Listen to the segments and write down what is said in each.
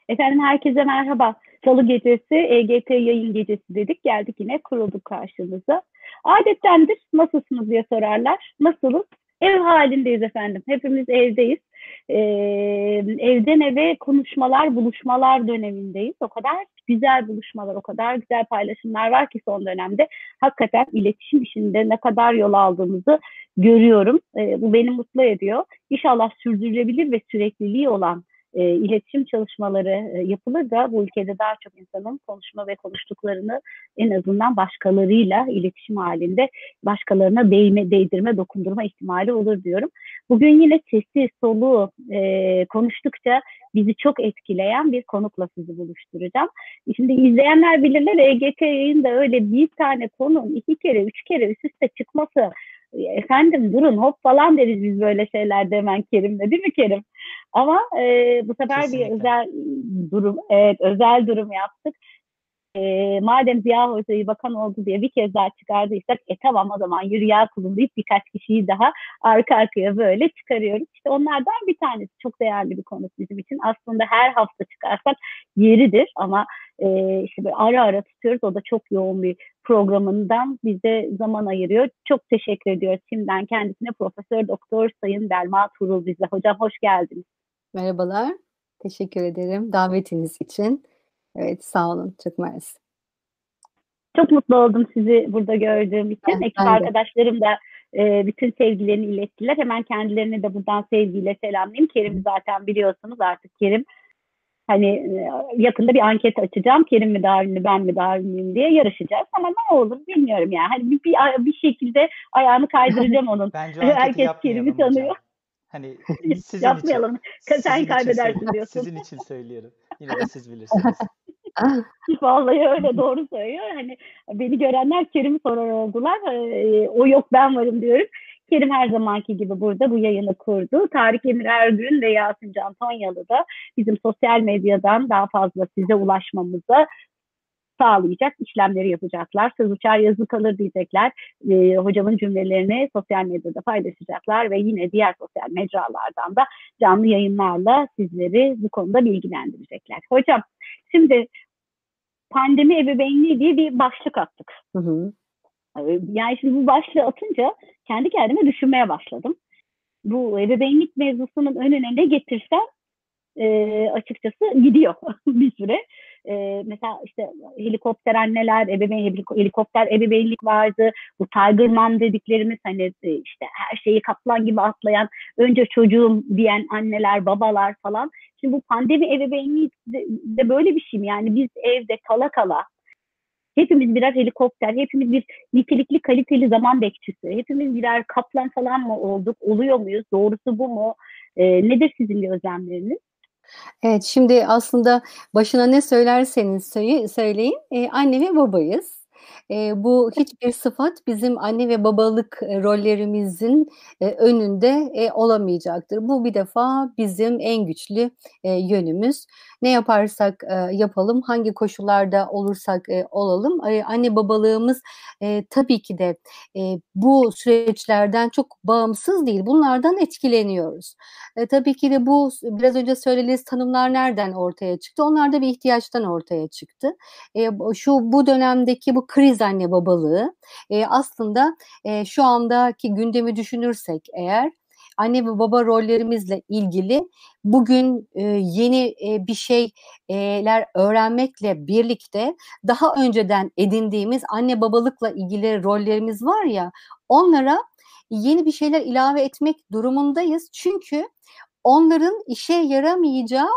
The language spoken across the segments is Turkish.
Efendim herkese merhaba. Salı gecesi, EGT yayın gecesi dedik. Geldik yine kurulduk karşınıza. Adettendir nasılsınız diye sorarlar. Nasılız? Ev halindeyiz efendim. Hepimiz evdeyiz. Ee, Evden eve konuşmalar, buluşmalar dönemindeyiz. O kadar güzel buluşmalar, o kadar güzel paylaşımlar var ki son dönemde. Hakikaten iletişim işinde ne kadar yol aldığımızı görüyorum. Bu beni mutlu ediyor. İnşallah sürdürülebilir ve sürekliliği olan iletişim çalışmaları yapılır da bu ülkede daha çok insanın konuşma ve konuştuklarını en azından başkalarıyla iletişim halinde başkalarına değdirme, dokundurma ihtimali olur diyorum. Bugün yine sesi, soluğu konuştukça bizi çok etkileyen bir konukla sizi buluşturacağım. Şimdi izleyenler bilirler EGT yayında öyle bir tane konunun 2 kere, 3 kere üst üste çıkması efendim durun hop falan deriz biz böyle şeylerde hemen Kerim'le değil mi Kerim? Ama bu sefer bir Kesinlikle. özel durum, evet özel durum yaptık. Madem Ziya Hoca'yı bakan oldu diye bir kez daha çıkardıysak tamam o zaman yürü ya kulum deyip birkaç kişiyi daha arka arkaya böyle çıkarıyoruz. İşte onlardan bir tanesi çok değerli bir konuk bizim için. Aslında her hafta çıkarsak yeridir ama işte böyle ara ara tutuyoruz. O da çok yoğun bir programından bize zaman ayırıyor. Çok teşekkür ediyoruz şimdiden kendisine Profesör Doktor Sayın Belma Tuğrul bize. Hocam hoş geldiniz. Merhabalar. Teşekkür ederim davetiniz için. Evet, sağ olun. Çok mersi. Çok mutlu oldum sizi burada gördüğüm için. Ekip Ben de. arkadaşlarım da bütün sevgilerini ilettiler. Hemen kendilerini de buradan sevgiyle selamlayayım. Kerim'i zaten biliyorsunuz artık Kerim. Hani yakında bir anket açacağım. Kerim mi daha ünlü, ben mi daha ünlüyüm diye yarışacağız. Ama ne olur bilmiyorum yani. Hani bir şekilde ayağını kaydıracağım onun. Bence o anketi Herkes Kerim'i yapmayalım hocam. tanıyor. Hani Hiç sizin için, yapmayalım. Sen sizin için kaybedersin diyorsun. sizin için söylüyorum. Yine de siz bilirsiniz. Vallahi öyle doğru söylüyor. Hani beni görenler Kerim'i sorar oldular. O yok ben varım diyorum. Kerim her zamanki gibi burada bu yayını kurdu. Tarık Emir Ergün ve Yasin Can Tonyalı da bizim sosyal medyadan daha fazla size ulaşmamıza sağlayacak işlemleri yapacaklar. Söz uçar yazı kalır diyecekler. Hocamın cümlelerini sosyal medyada paylaşacaklar ve yine diğer sosyal mecralardan da canlı yayınlarla sizleri bu konuda bilgilendirecekler. Hocam şimdi pandemi ebeveynliği diye bir başlık attık. Hı hı. Yani şimdi bu başlığı atınca kendi kendime düşünmeye başladım. Bu ebeveynlik mevzusunun önüne ne getirsem açıkçası gidiyor bir süre. Mesela işte helikopter anneler, helikopter ebeveynlik vardı. Bu Tiger Mom dediklerimiz hani işte her şeyi kaplan gibi atlayan, önce çocuğum diyen anneler, babalar falan. Şimdi bu pandemi ebeveynliği de böyle bir şey mi? Yani biz evde kala kala hepimiz birer helikopter, hepimiz bir nitelikli kaliteli zaman bekçisi, hepimiz birer kaplan falan mı olduk, oluyor muyuz, doğrusu bu mu? Nedir sizin gözlemleriniz? Evet, şimdi aslında başına ne söylerseniz söyleyin, anne ve babayız. Bu hiçbir sıfat bizim anne ve babalık rollerimizin önünde olamayacaktır. Bu bir defa bizim en güçlü yönümüz. Ne yaparsak yapalım, hangi koşullarda olursak olalım, anne babalığımız tabii ki de bu süreçlerden çok bağımsız değil. Bunlardan etkileniyoruz. Tabii ki de bu biraz önce söylediğiniz tanımlar nereden ortaya çıktı? Onlar da bir ihtiyaçtan ortaya çıktı. Bu dönemdeki bu kriz anne babalığı aslında şu andaki gündemi düşünürsek eğer anne ve baba rollerimizle ilgili bugün yeni bir şeyler öğrenmekle birlikte daha önceden edindiğimiz anne babalıkla ilgili rollerimiz var ya, onlara yeni bir şeyler ilave etmek durumundayız. Çünkü onların işe yaramayacağı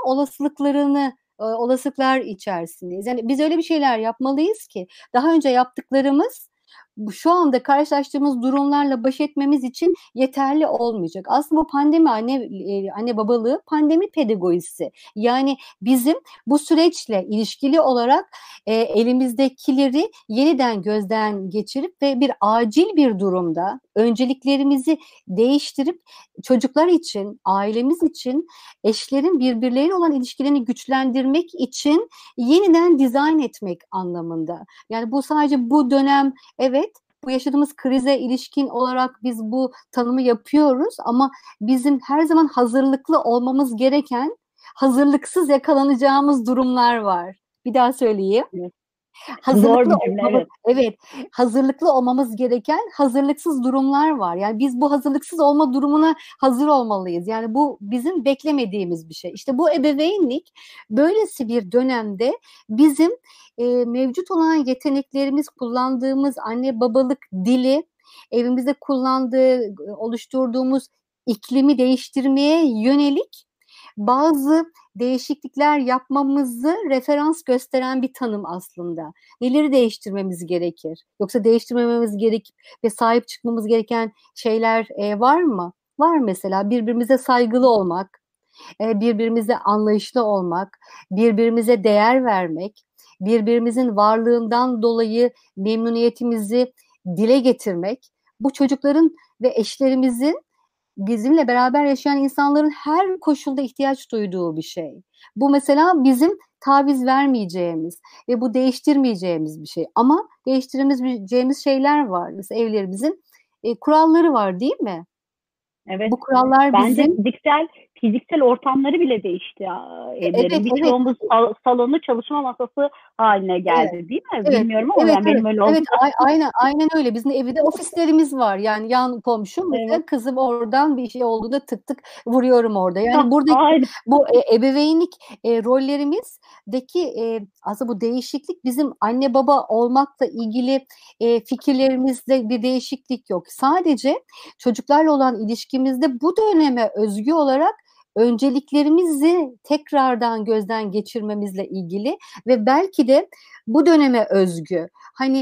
olasılıklar içerisindeyiz. Yani biz öyle bir şeyler yapmalıyız ki daha önce yaptıklarımız şu anda karşılaştığımız durumlarla baş etmemiz için yeterli olmayacak. Aslında bu pandemi anne babalığı pandemi pedagojisi. Yani bizim bu süreçle ilişkili olarak elimizdekileri yeniden gözden geçirip ve bir acil bir durumda önceliklerimizi değiştirip çocuklar için, ailemiz için, eşlerin birbirleriyle olan ilişkilerini güçlendirmek için yeniden dizayn etmek anlamında. Yani bu sadece bu dönem, evet, bu yaşadığımız krize ilişkin olarak biz bu tanımı yapıyoruz ama bizim her zaman hazırlıklı olmamız gereken hazırlıksız yakalanacağımız durumlar var. Bir daha söyleyeyim. Evet. Zor Hazırlıklı bir cümle, olmamız, evet. evet, hazırlıklı olmamız gereken hazırlıksız durumlar var. Yani biz bu hazırlıksız olma durumuna hazır olmalıyız. Yani bu bizim beklemediğimiz bir şey. İşte bu ebeveynlik böylesi bir dönemde bizim mevcut olan yeteneklerimiz, kullandığımız anne babalık dili, evimizde oluşturduğumuz iklimi değiştirmeye yönelik bazı değişiklikler yapmamızı referans gösteren bir tanım aslında. Neleri değiştirmemiz gerekir? Yoksa değiştirmememiz gerek ve sahip çıkmamız gereken şeyler var mı? Var mesela birbirimize saygılı olmak, birbirimize anlayışlı olmak, birbirimize değer vermek, birbirimizin varlığından dolayı memnuniyetimizi dile getirmek, bu çocukların ve eşlerimizin bizimle beraber yaşayan insanların her koşulda ihtiyaç duyduğu bir şey. Bu mesela bizim taviz vermeyeceğimiz ve bu değiştirmeyeceğimiz bir şey. Ama değiştiremeyeceğimiz şeyler var. Mesela evlerimizin kuralları var, değil mi? Evet. Bu kurallar Bence bizim fiziksel ortamları bile değişti evet, evlerin. evet, Birçoğumuz salonu çalışma masası haline evet. geldi, değil mi? Evet, Bilmiyorum ama evet, yani evet, benim öyle oldu. evet, aynen öyle. Bizim evde ofislerimiz var. Yani yan komşum Evet. mesela kızım oradan bir şey olduğunda tık tık vuruyorum orada. Yani buradaki Aynen. bu ebeveynlik rollerimizdeki aslında bu değişiklik bizim anne baba olmakla ilgili fikirlerimizde bir değişiklik yok. Sadece çocuklarla olan ilişkimizde bu döneme özgü olarak önceliklerimizi tekrardan gözden geçirmemizle ilgili ve belki de bu döneme özgü. Hani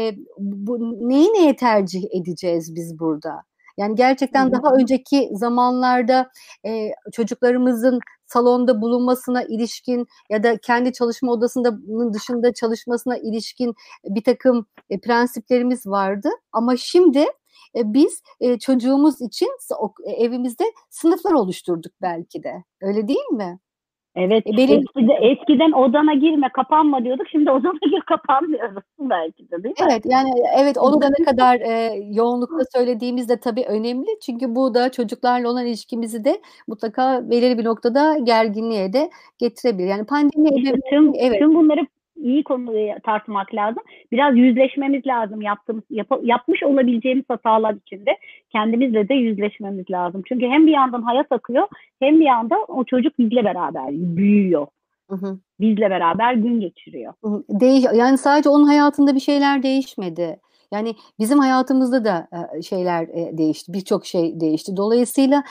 neyi neye tercih edeceğiz biz burada? Yani gerçekten daha önceki zamanlarda çocuklarımızın salonda bulunmasına ilişkin ya da kendi çalışma odasının dışında çalışmasına ilişkin bir takım prensiplerimiz vardı. Ama şimdi biz çocuğumuz için evimizde sınıflar oluşturduk belki de. Öyle değil mi? Evet. Benim Eskiden odana girme, kapanma diyorduk. Şimdi odana gir, kapanmıyoruz belki de, değil mi? Evet, yani evet onu da ne kadar yoğunlukta söylediğimiz de tabii önemli. Çünkü bu da çocuklarla olan ilişkimizi de mutlaka belirli bir noktada gerginliğe de getirebilir. Yani pandemi İşte evet, tüm bunları iyi tartmak lazım. Biraz yüzleşmemiz lazım yapmış olabileceğimiz hatalar içinde. Kendimizle de yüzleşmemiz lazım. Çünkü hem bir yandan hayat akıyor hem bir yandan o çocuk bizle beraber büyüyor. hı hı. Bizle beraber gün geçiriyor. Yani sadece onun hayatında bir şeyler değişmedi. Yani bizim hayatımızda da şeyler değişti. Birçok şey değişti. Dolayısıyla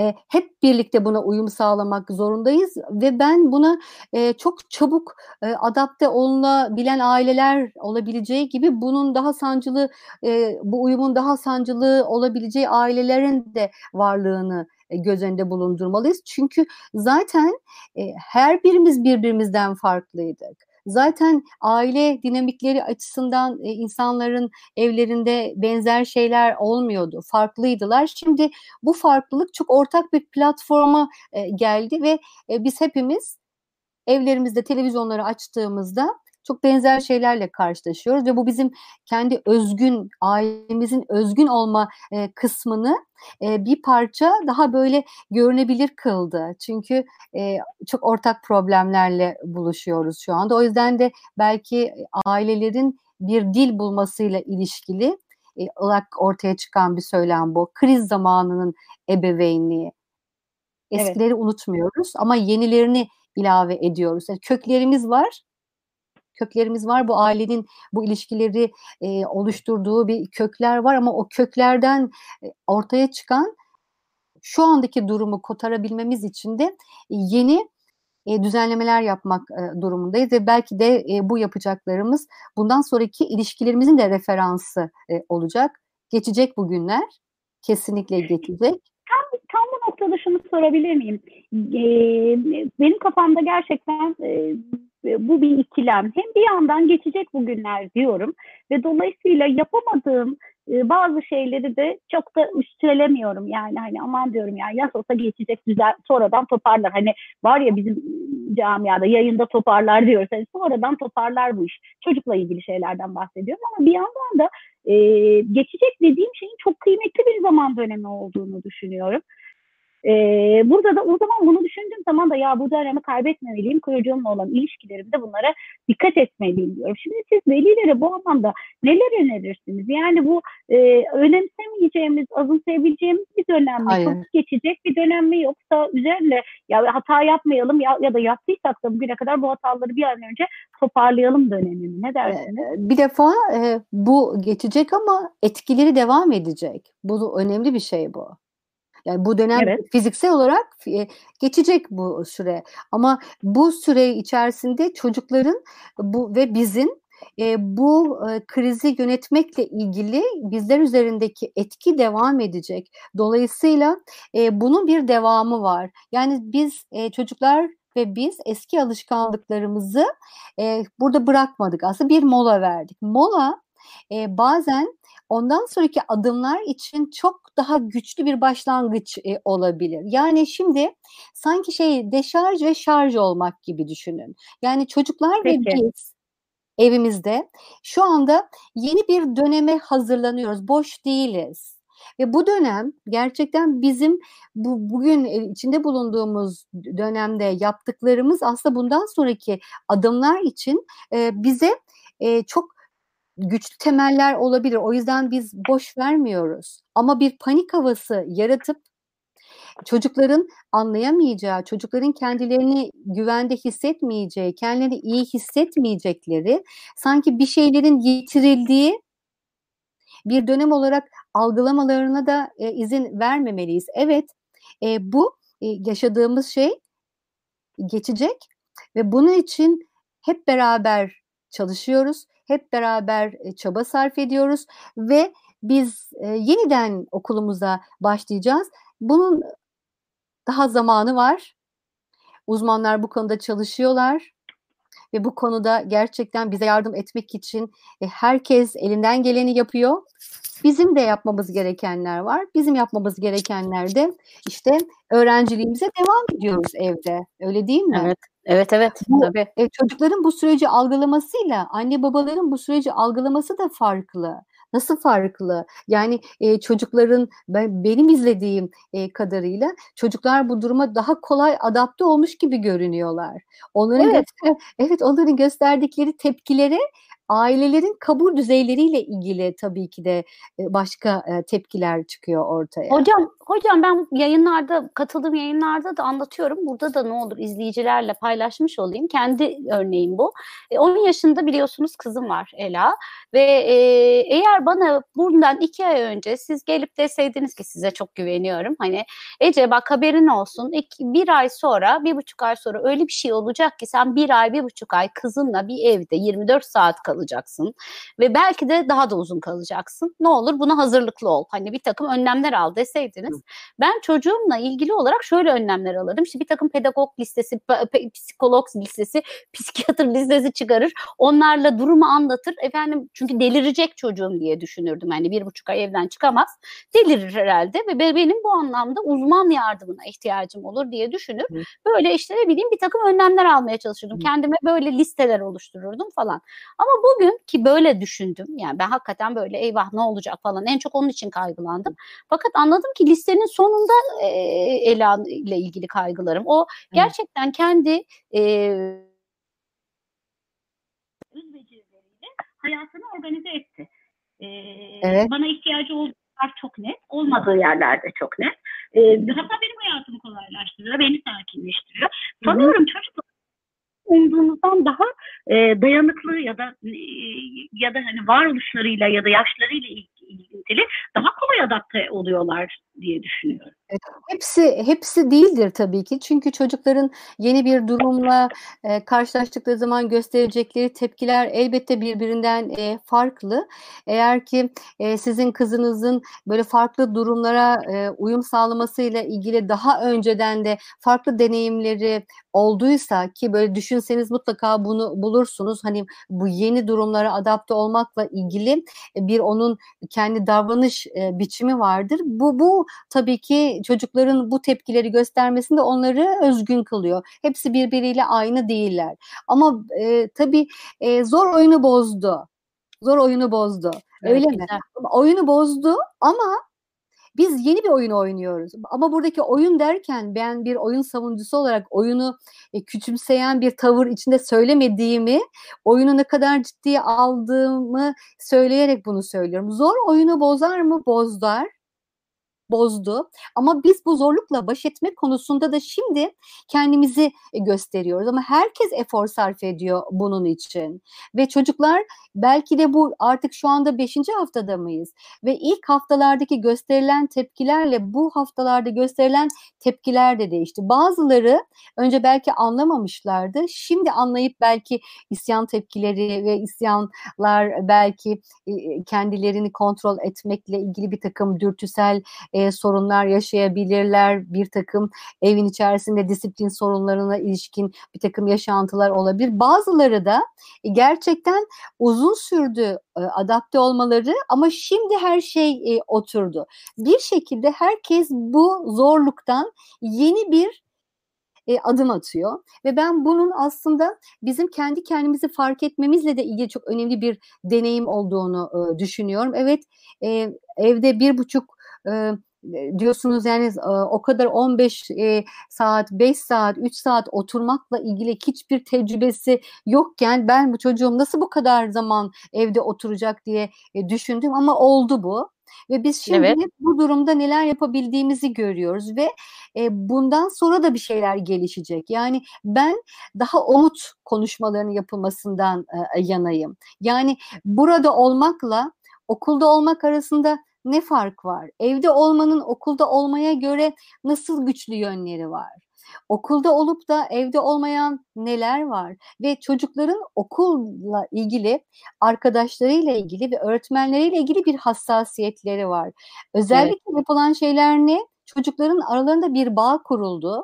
hep birlikte buna uyum sağlamak zorundayız ve ben buna çok çabuk adapte olunabilen aileler olabileceği gibi bunun daha sancılı, bu uyumun daha sancılı olabileceği ailelerin de varlığını göz önünde bulundurmalıyız. Çünkü zaten her birimiz birbirimizden farklıydık. Zaten aile dinamikleri açısından insanların evlerinde benzer şeyler olmuyordu, farklıydılar. Şimdi bu farklılık çok ortak bir platforma geldi ve biz hepimiz evlerimizde televizyonları açtığımızda çok benzer şeylerle karşılaşıyoruz ve bu bizim kendi ailemizin özgün olma kısmını bir parça daha böyle görünebilir kıldı. Çünkü çok ortak problemlerle buluşuyoruz şu anda. O yüzden de belki ailelerin bir dil bulmasıyla ilişkili olarak ortaya çıkan bir söylem bu. Kriz zamanının ebeveynliği. Evet. Eskileri unutmuyoruz ama yenilerini ilave ediyoruz. Yani köklerimiz var. Köklerimiz var. Bu ailenin bu ilişkileri oluşturduğu bir kökler var ama o köklerden ortaya çıkan şu andaki durumu kotarabilmemiz için de yeni düzenlemeler yapmak durumundayız ve belki de bu yapacaklarımız bundan sonraki ilişkilerimizin de referansı olacak. Geçecek bu günler. Kesinlikle geçecek. Tam bu noktada şunu sorabilir miyim? Benim kafamda gerçekten bu bir ikilem. Hem bir yandan geçecek bu günler diyorum ve dolayısıyla yapamadığım bazı şeyleri de çok da üstelemiyorum. Yani hani aman diyorum ya yas olsa geçecek, güzel, sonradan toparlar. Hani var ya bizim camiada yayında toparlar diyoruz. Yani sonradan toparlar bu iş. Çocukla ilgili şeylerden bahsediyorum ama bir yandan da geçecek dediğim şeyin çok kıymetli bir zaman dönemi olduğunu düşünüyorum. Burada da o zaman bunu düşündüğüm zaman da ya bu dönemi kaybetmemeliyim. Çocuğumla olan ilişkilerimde bunlara dikkat etmeliyim diyorum. Şimdi siz velilere bu anlamda neler önerirsiniz? Yani bu önemsemeyeceğimiz, azımsayabileceğimiz bir dönem mi? Hayır. Çok geçecek bir dönem mi? Yoksa üzerine ya hata yapmayalım ya da yaptıysak da bugüne kadar bu hataları bir an önce toparlayalım dönemi mi? Ne dersiniz? Bir defa bu geçecek ama etkileri devam edecek. Bu önemli bir şey bu. Yani bu dönem Evet. fiziksel olarak geçecek bu süre. Ama bu süre içerisinde çocukların bu ve bizim bu krizi yönetmekle ilgili bizler üzerindeki etki devam edecek. Dolayısıyla bunun bir devamı var. Yani biz çocuklar ve biz eski alışkanlıklarımızı burada bırakmadık. Aslında bir mola verdik. Mola bazen ondan sonraki adımlar için çok daha güçlü bir başlangıç olabilir. Yani şimdi sanki deşarj ve şarj olmak gibi düşünün. Yani çocuklar ve Peki. biz evimizde şu anda yeni bir döneme hazırlanıyoruz. Boş değiliz. Ve bu dönem gerçekten bizim bugün içinde bulunduğumuz dönemde yaptıklarımız aslında bundan sonraki adımlar için bize çok güçlü temeller olabilir. O yüzden biz boş vermiyoruz. Ama bir panik havası yaratıp çocukların anlayamayacağı, çocukların kendilerini güvende hissetmeyeceği, kendilerini iyi hissetmeyecekleri, sanki bir şeylerin yitirildiği bir dönem olarak algılamalarına da izin vermemeliyiz. Evet, bu yaşadığımız şey geçecek ve bunun için hep beraber çalışıyoruz, hep beraber çaba sarf ediyoruz ve biz yeniden okulumuza başlayacağız. Bunun daha zamanı var. Uzmanlar bu konuda çalışıyorlar ve bu konuda gerçekten bize yardım etmek için herkes elinden geleni yapıyor. Bizim de yapmamız gerekenler var. Bizim yapmamız gerekenler de işte öğrenciliğimize devam ediyoruz evde. Öyle değil mi? Evet. Evet, evet. Tabii. Çocukların bu süreci algılamasıyla anne babaların bu süreci algılaması da farklı. Nasıl farklı? Yani çocukların benim izlediğim kadarıyla çocuklar bu duruma daha kolay adapte olmuş gibi görünüyorlar. Evet. Onların gösterdikleri tepkilere ailelerin kabul düzeyleriyle ilgili tabii ki de başka tepkiler çıkıyor ortaya. Hocam ben katıldığım yayınlarda da anlatıyorum. Burada da ne olur izleyicilerle paylaşmış olayım. Kendi örneğim bu. 10 yaşında biliyorsunuz kızım var Ela ve eğer bana bundan 2 ay önce siz gelip deseydiniz ki size çok güveniyorum. Hani Ece bak haberin olsun 1 ay sonra 1,5 ay sonra öyle bir şey olacak ki sen 1 ay 1,5 ay kızınla bir evde 24 saat kalacaksın ve belki de daha da uzun kalacaksın. Ne olur buna hazırlıklı ol. Hani bir takım önlemler al deseydiniz ben çocuğumla ilgili olarak şöyle önlemler alırdım. İşte bir takım pedagog listesi, psikolog listesi, psikiyatr listesi çıkarır. Onlarla durumu anlatır. Efendim çünkü delirecek çocuğum diye düşünürdüm. Hani 1,5 ay evden çıkamaz. Delirir herhalde ve benim bu anlamda uzman yardımına ihtiyacım olur diye düşünür. Böyle işte ne bileyim bir takım önlemler almaya çalışırdım. Kendime böyle listeler oluştururdum falan. Ama bugün ki böyle düşündüm. Yani ben hakikaten böyle eyvah ne olacak falan. En çok onun için kaygılandım. Fakat anladım ki listenin sonunda Ela ile ilgili kaygılarım. O gerçekten kendi öz becerileriyle hayatını organize etti. Evet. Bana ihtiyacı olduğu yer çok net, olmadığı yerlerde çok net. Hatta benim hayatımı kolaylaştırıyor, beni sakinleştiriyor. Sanıyorum çocuklar umduğumuzdan daha dayanıklı ya da hani varoluşlarıyla ya da yaşlarıyla ilgili daha kolay adapte oluyorlar diye düşünüyorum. Hepsi değildir tabii ki. Çünkü çocukların yeni bir durumla karşılaştıkları zaman gösterecekleri tepkiler elbette birbirinden farklı. Eğer ki sizin kızınızın böyle farklı durumlara uyum sağlamasıyla ilgili daha önceden de farklı deneyimleri olduysa ki böyle düşünseniz mutlaka bunu bulursunuz. Hani bu yeni durumlara adapte olmakla ilgili bir onun kendi davranış biçimi vardır. Bu tabii ki çocukların bu tepkileri göstermesinde onları özgün kılıyor. Hepsi birbiriyle aynı değiller. Ama tabii zor oyunu bozdu. Zor oyunu bozdu. Evet, Öyle mi? güzel. Oyunu bozdu ama biz yeni bir oyun oynuyoruz. Ama buradaki oyun derken ben bir oyun savunucusu olarak oyunu küçümseyen bir tavır içinde söylemediğimi, oyunu ne kadar ciddiye aldığımı söyleyerek bunu söylüyorum. Zor oyunu bozar mı? Bozdu. Ama biz bu zorlukla baş etme konusunda da şimdi kendimizi gösteriyoruz. Ama herkes efor sarf ediyor bunun için. Ve çocuklar belki de bu artık şu anda 5. haftada mıyız? Ve ilk haftalardaki gösterilen tepkilerle bu haftalarda gösterilen tepkiler de değişti. Bazıları önce belki anlamamışlardı. Şimdi anlayıp belki isyan tepkileri ve isyanlar belki kendilerini kontrol etmekle ilgili bir takım dürtüsel sorunlar yaşayabilirler. Bir takım evin içerisinde disiplin sorunlarına ilişkin bir takım yaşantılar olabilir. Bazıları da gerçekten uzun sürdü adapte olmaları ama şimdi her şey oturdu. Bir şekilde herkes bu zorluktan yeni bir adım atıyor ve ben bunun aslında bizim kendi kendimizi fark etmemizle de ilgili çok önemli bir deneyim olduğunu düşünüyorum. Evet, evde 1,5 diyorsunuz yani o kadar 15 saat, 5 saat, 3 saat oturmakla ilgili hiçbir tecrübesi yokken ben bu çocuğum nasıl bu kadar zaman evde oturacak diye düşündüm ama oldu bu. Ve biz şimdi Evet. bu durumda neler yapabildiğimizi görüyoruz ve bundan sonra da bir şeyler gelişecek. Yani ben daha umut konuşmalarının yapılmasından yanayım. Yani burada olmakla okulda olmak arasında ne fark var? Evde olmanın okulda olmaya göre nasıl güçlü yönleri var? Okulda olup da evde olmayan neler var? Ve çocukların okulla ilgili, arkadaşlarıyla ilgili ve öğretmenleriyle ilgili bir hassasiyetleri var. Evet. Özellikle yapılan şeyler ne? Çocukların aralarında bir bağ kuruldu.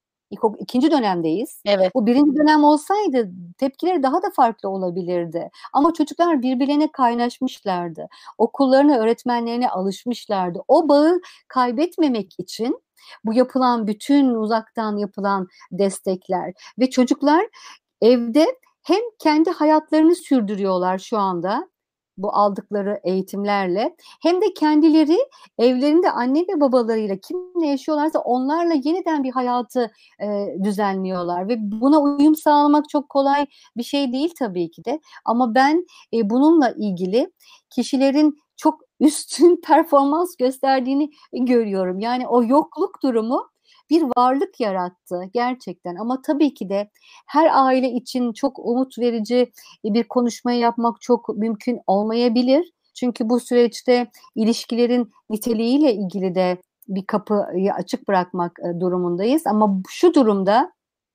İkinci dönemdeyiz. Evet. Bu birinci dönem olsaydı tepkileri daha da farklı olabilirdi. Ama çocuklar birbirlerine kaynaşmışlardı. Okullarına, öğretmenlerine alışmışlardı. O bağı kaybetmemek için bu yapılan bütün uzaktan yapılan destekler ve çocuklar evde hem kendi hayatlarını sürdürüyorlar şu anda bu aldıkları eğitimlerle hem de kendileri evlerinde anne ve babalarıyla kimle yaşıyorlarsa onlarla yeniden bir hayatı düzenliyorlar ve buna uyum sağlamak çok kolay bir şey değil tabii ki de ama ben bununla ilgili kişilerin çok üstün performans gösterdiğini görüyorum. Yani o yokluk durumu bir varlık yarattı gerçekten ama tabii ki de her aile için çok umut verici bir konuşma yapmak çok mümkün olmayabilir. Çünkü bu süreçte ilişkilerin niteliğiyle ilgili de bir kapıyı açık bırakmak durumundayız. Ama şu durumda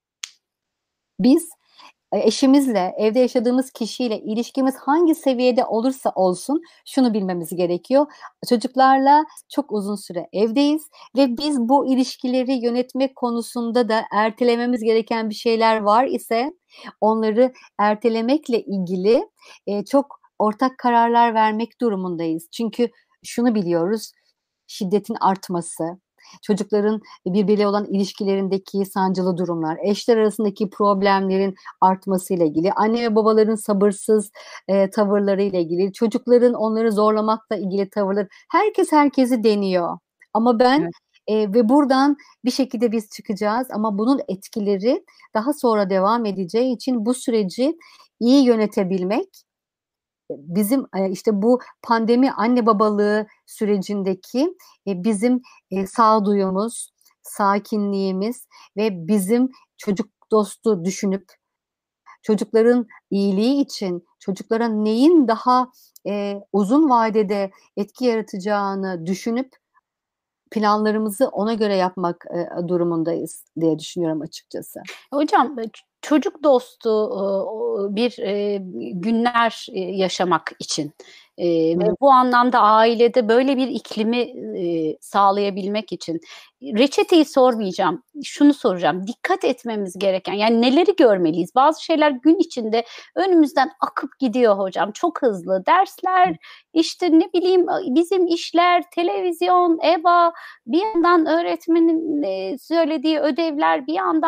biz eşimizle, evde yaşadığımız kişiyle ilişkimiz hangi seviyede olursa olsun şunu bilmemiz gerekiyor. Çocuklarla çok uzun süre evdeyiz ve biz bu ilişkileri yönetmek konusunda da ertelememiz gereken bir şeyler var ise onları ertelemekle ilgili çok ortak kararlar vermek durumundayız. Çünkü şunu biliyoruz, şiddetin artması, çocukların birbiriyle olan ilişkilerindeki sancılı durumlar, eşler arasındaki problemlerin artmasıyla ilgili, anne ve babaların sabırsız tavırlarıyla ilgili, çocukların onları zorlamakla ilgili tavırlar, herkes herkesi deniyor. Ama ben ve buradan bir şekilde biz çıkacağız ama bunun etkileri daha sonra devam edeceği için bu süreci iyi yönetebilmek bizim işte bu pandemi anne babalığı sürecindeki bizim sağduyumuz, sakinliğimiz ve bizim çocuk dostu düşünüp çocukların iyiliği için çocuklara neyin daha uzun vadede etki yaratacağını düşünüp planlarımızı ona göre yapmak durumundayız diye düşünüyorum açıkçası. Hocam çocuk dostu bir günler yaşamak için ve bu anlamda ailede böyle bir iklimi sağlayabilmek için reçeteyi sormayacağım. Şunu soracağım. Dikkat etmemiz gereken yani neleri görmeliyiz? Bazı şeyler gün içinde önümüzden akıp gidiyor hocam. Çok hızlı. Dersler, işte ne bileyim bizim işler, televizyon, EBA, bir yandan öğretmenin söylediği ödevler, bir yandan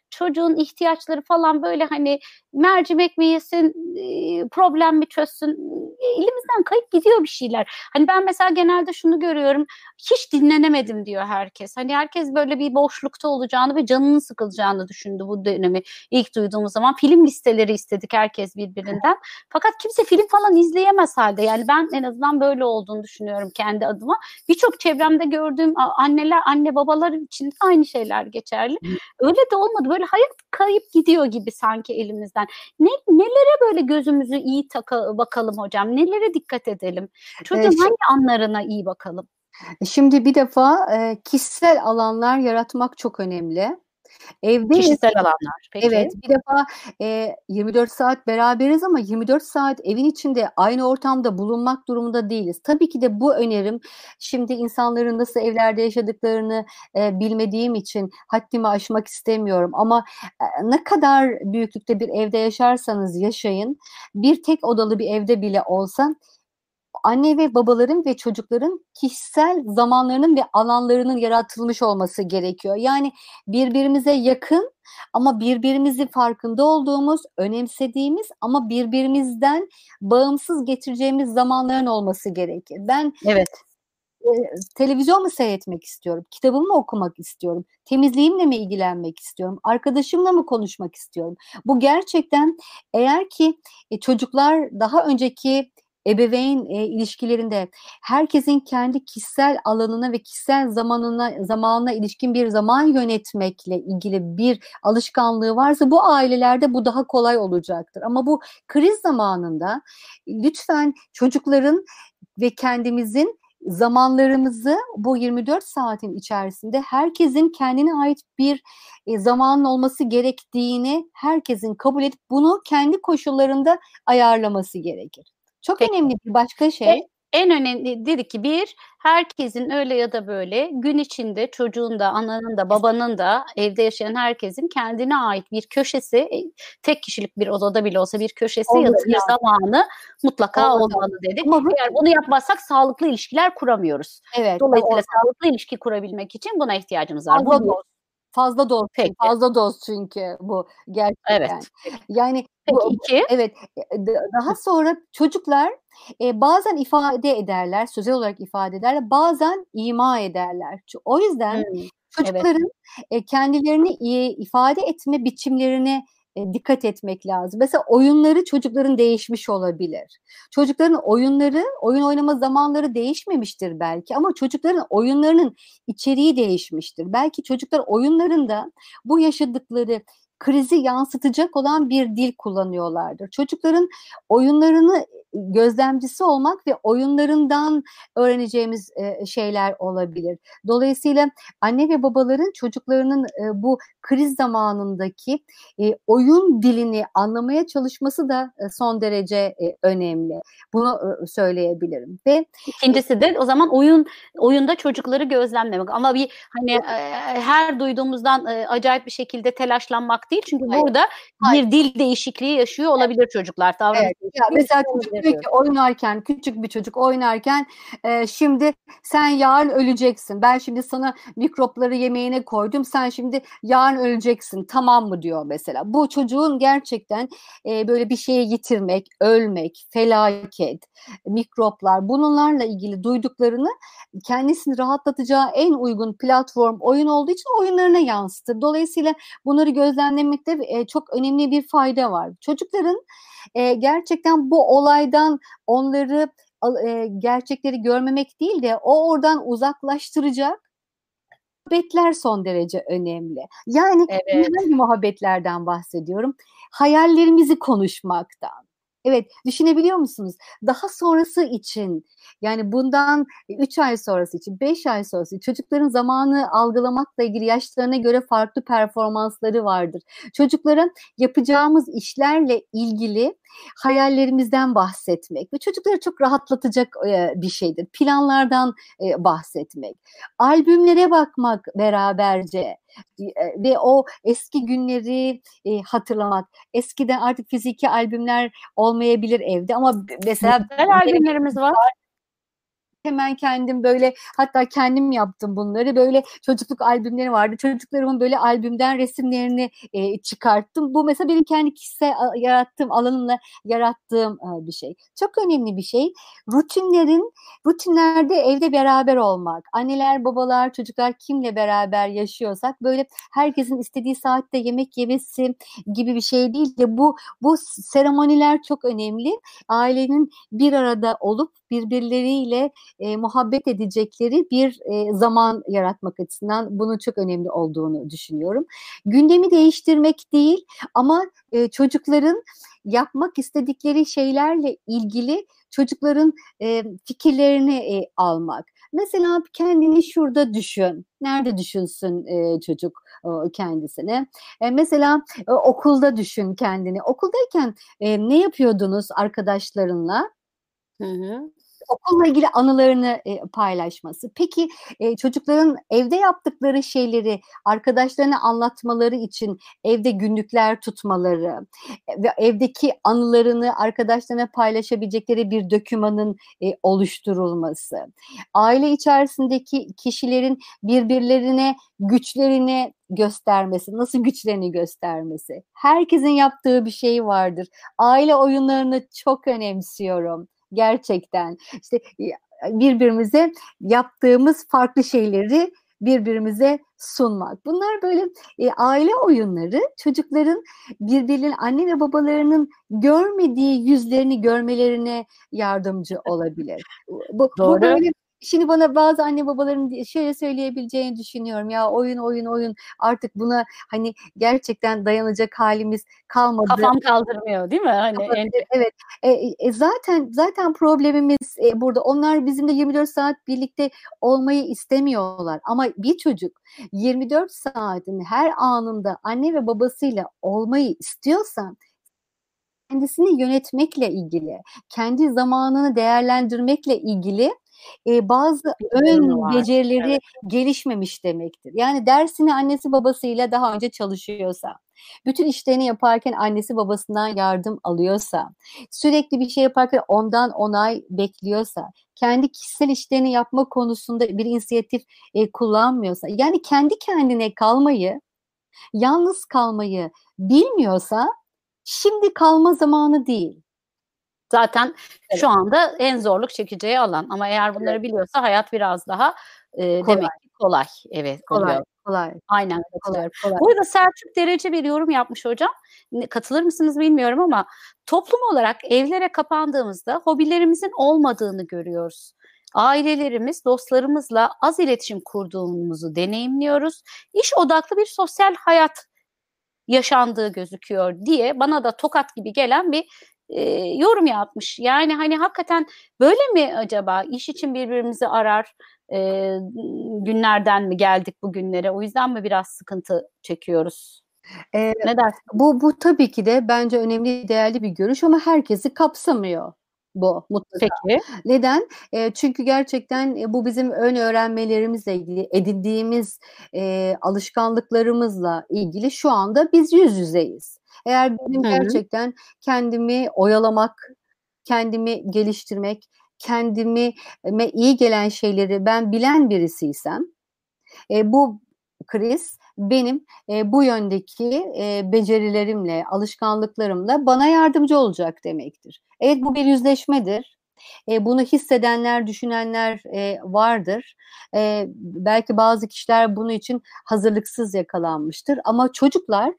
çocuğun ihtiyaçları falan böyle hani mercimek mi yesin, problem mi çözsün, elimizden kayıp gidiyor bir şeyler. Hani ben mesela genelde şunu görüyorum, hiç dinlenemedim diyor herkes. Hani herkes böyle bir boşlukta olacağını ve canının sıkılacağını düşündü bu dönemi ilk duyduğumuz zaman. Film listeleri istedik herkes birbirinden. Fakat kimse film falan izleyemez halde. Yani ben en azından böyle olduğunu düşünüyorum kendi adıma. Birçok çevremde gördüğüm anneler, anne babalar için de aynı şeyler geçerli. Öyle de olmadı. Böyle hayat kayıp gidiyor gibi sanki elimizden. Nelere böyle gözümüzü iyi bakalım hocam? Nelere dikkat edelim? Çocuğun hangi anlarına iyi bakalım? Şimdi bir defa kişisel alanlar yaratmak çok önemli. Evdeyiz. Kişisel alanlar. Peki. Evet, bir defa 24 saat beraberiz ama 24 saat evin içinde aynı ortamda bulunmak durumunda değiliz. Tabii ki de bu önerim, şimdi insanların nasıl evlerde yaşadıklarını bilmediğim için haddimi aşmak istemiyorum ama ne kadar büyüklükte bir evde yaşarsanız yaşayın, bir tek odalı bir evde bile olsa anne ve babaların ve çocukların kişisel zamanlarının ve alanlarının yaratılmış olması gerekiyor. Yani birbirimize yakın ama birbirimizi farkında olduğumuz, önemsediğimiz ama birbirimizden bağımsız geçireceğimiz zamanların olması gerekir. Ben Evet. televizyon mu seyretmek istiyorum? Kitabımı mı okumak istiyorum? Temizliğimle mi ilgilenmek istiyorum? Arkadaşımla mı konuşmak istiyorum? Bu gerçekten, eğer ki çocuklar daha önceki ebeveyn ilişkilerinde herkesin kendi kişisel alanına ve kişisel zamanına ilişkin bir zaman yönetmekle ilgili bir alışkanlığı varsa bu ailelerde bu daha kolay olacaktır. Ama bu kriz zamanında lütfen çocukların ve kendimizin zamanlarımızı bu 24 saatin içerisinde herkesin kendine ait bir zamanın olması gerektiğini herkesin kabul edip bunu kendi koşullarında ayarlaması gerekir. Çok Peki. önemli bir başka şey. En önemli dedi ki herkesin öyle ya da böyle gün içinde çocuğun da, ananın da, babanın da, evde yaşayan herkesin kendine ait bir köşesi, tek kişilik bir odada bile olsa bir köşesi ya da bir zamanı mutlaka olmalı dedik. Eğer bunu yapmazsak sağlıklı ilişkiler kuramıyoruz. Evet. Dolayısıyla sağlıklı ilişki kurabilmek için buna ihtiyacımız var. Fazla doz çünkü bu gerçekten. Evet. Yani Peki, evet, daha sonra çocuklar bazen ifade ederler, sözel olarak ifade ederler, bazen ima ederler. O yüzden çocukların kendilerini ifade etme biçimlerine dikkat etmek lazım. Mesela oyunları çocukların değişmiş olabilir. Çocukların oyun oynama zamanları değişmemiştir belki ama çocukların oyunlarının içeriği değişmiştir. Belki çocuklar oyunlarında bu yaşadıkları krizi yansıtacak olan bir dil kullanıyorlardır. Çocukların oyunlarını gözlemcisi olmak ve oyunlarından öğreneceğimiz şeyler olabilir. Dolayısıyla anne ve babaların çocuklarının bu kriz zamanındaki oyun dilini anlamaya çalışması da son derece önemli. Bunu söyleyebilirim. Ve İkincisi de o zaman oyunda çocukları gözlemlemek. Ama bir hani her duyduğumuzdan acayip bir şekilde telaşlanmak değil. Çünkü burada bir dil değişikliği yaşıyor olabilir çocuklar. Evet. Ya mesela küçük bir çocuk oynarken şimdi sen yarın öleceksin. Ben şimdi sana mikropları yemeğine koydum. Sen şimdi yarın öleceksin. Tamam mı diyor mesela. Bu çocuğun gerçekten böyle bir şeye yitirmek, ölmek, felaket, mikroplar, bunlarla ilgili duyduklarını kendisini rahatlatacağı en uygun platform oyun olduğu için oyunlarına yansıtır. Dolayısıyla bunları gözlemlemekte çok önemli bir fayda var. Çocukların gerçekten bu olaydan onları gerçekleri görmemek değil de oradan uzaklaştıracak muhabbetler son derece önemli. Yani hangi muhabbetlerden bahsediyorum? Hayallerimizi konuşmaktan. Evet, düşünebiliyor musunuz? Daha sonrası için, yani bundan 3 ay sonrası için, 5 ay sonrası için çocukların zamanı algılamakla ilgili yaşlarına göre farklı performansları vardır. Çocuklara yapacağımız işlerle ilgili hayallerimizden bahsetmek ve çocukları çok rahatlatacak bir şeydir. Planlardan bahsetmek, albümlere bakmak beraberce ve o eski günleri hatırlamak. Eskiden artık fiziki albümler olmayabilir evde ama mesela güzel albümlerimiz var. Hemen kendim böyle, hatta kendim yaptım bunları. Böyle çocukluk albümleri vardı. Çocuklarımın böyle albümden resimlerini çıkarttım. Bu mesela benim kendi kişisel yarattığım, alanımla yarattığım bir şey. Çok önemli bir şey. Rutinlerde evde beraber olmak. Anneler, babalar, çocuklar kimle beraber yaşıyorsak böyle herkesin istediği saatte yemek yemesi gibi bir şey değil de bu seremoniler çok önemli. Ailenin bir arada olup birbirleriyle muhabbet edecekleri bir zaman yaratmak açısından bunun çok önemli olduğunu düşünüyorum. Gündemi değiştirmek değil ama çocukların yapmak istedikleri şeylerle ilgili çocukların fikirlerini almak. Mesela kendini şurada düşün. Nerede düşünsün çocuk kendisini? Mesela okulda düşün kendini. Okuldayken ne yapıyordunuz arkadaşlarınla? Hı hı. Okulla ilgili anılarını paylaşması. Peki çocukların evde yaptıkları şeyleri arkadaşlarına anlatmaları için evde günlükler tutmaları ve evdeki anılarını arkadaşlarına paylaşabilecekleri bir dokümanın oluşturulması. Aile içerisindeki kişilerin birbirlerine güçlerini göstermesi, nasıl güçlerini göstermesi. Herkesin yaptığı bir şey vardır. Aile oyunlarını çok önemsiyorum. Gerçekten işte birbirimize yaptığımız farklı şeyleri birbirimize sunmak. Bunlar böyle aile oyunları çocukların birbirlerinin, anne ve babalarının görmediği yüzlerini görmelerine yardımcı olabilir. Bu Doğru. böyle, şimdi bana bazı anne babaların şöyle söyleyebileceğini düşünüyorum. Ya oyun artık buna hani gerçekten dayanacak halimiz kalmadı. Kafam kaldırmıyor değil mi? Hani Evet. Zaten problemimiz burada. Onlar bizimle 24 saat birlikte olmayı istemiyorlar. Ama bir çocuk 24 saatin her anında anne ve babasıyla olmayı istiyorsa kendisini yönetmekle ilgili, kendi zamanını değerlendirmekle ilgili bazı durumu ön var. becerileri Evet. gelişmemiş demektir. Yani dersini annesi babasıyla daha önce çalışıyorsa, bütün işlerini yaparken annesi babasından yardım alıyorsa, sürekli bir şey yaparken ondan onay bekliyorsa, kendi kişisel işlerini yapma konusunda bir inisiyatif kullanmıyorsa, yani kendi kendine kalmayı, yalnız kalmayı bilmiyorsa, şimdi kalma zamanı değil. Zaten Evet. şu anda en zorluk çekeceği alan ama eğer bunları biliyorsa hayat biraz daha demek ki kolay. Evet, oluyor. Kolay. Aynen katılıyorum. Kolay. Bu arada Selçuk Derece bir yorum yapmış hocam. Katılır mısınız bilmiyorum ama toplum olarak evlere kapandığımızda hobilerimizin olmadığını görüyoruz. Ailelerimiz, dostlarımızla az iletişim kurduğumuzu deneyimliyoruz. İş odaklı bir sosyal hayat yaşandığı gözüküyor diye bana da tokat gibi gelen bir yorum yapmış. Yani hani hakikaten böyle mi acaba? İş için birbirimizi arar günlerden mi geldik bugünlere? O yüzden mi biraz sıkıntı çekiyoruz? Ne dersin? Bu tabii ki de bence önemli, değerli bir görüş ama herkesi kapsamıyor bu mutlaka. Peki. Neden? Çünkü gerçekten bu bizim ön öğrenmelerimizle ilgili, edindiğimiz alışkanlıklarımızla ilgili şu anda biz yüz yüzeyiz. Eğer benim gerçekten kendimi oyalamak, kendimi geliştirmek, kendime iyi gelen şeyleri ben bilen birisiysem, bu kriz benim bu yöndeki becerilerimle, alışkanlıklarımla bana yardımcı olacak demektir. Evet, bu bir yüzleşmedir. Bunu hissedenler, düşünenler vardır. Belki bazı kişiler bunun için hazırlıksız yakalanmıştır. Ama çocuklar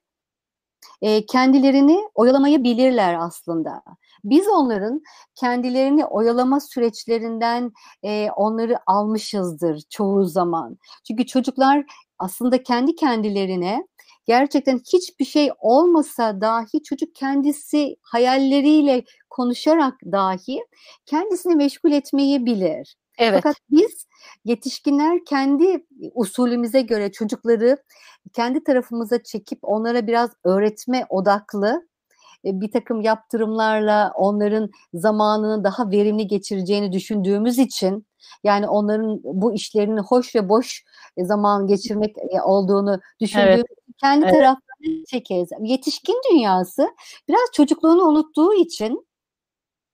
kendilerini oyalamayı bilirler aslında. Biz onların kendilerini oyalama süreçlerinden onları almışızdır çoğu zaman. Çünkü çocuklar aslında kendi kendilerine gerçekten hiçbir şey olmasa dahi çocuk kendisi hayalleriyle konuşarak dahi kendisini meşgul etmeyi bilir. Evet. Fakat biz yetişkinler kendi usulümüze göre çocukları kendi tarafımıza çekip onlara biraz öğretme odaklı bir takım yaptırımlarla onların zamanını daha verimli geçireceğini düşündüğümüz için, yani onların bu işlerinin hoş ve boş zaman geçirmek olduğunu düşündüğümüz için kendi taraflarını çekeriz. Yetişkin dünyası biraz çocukluğunu unuttuğu için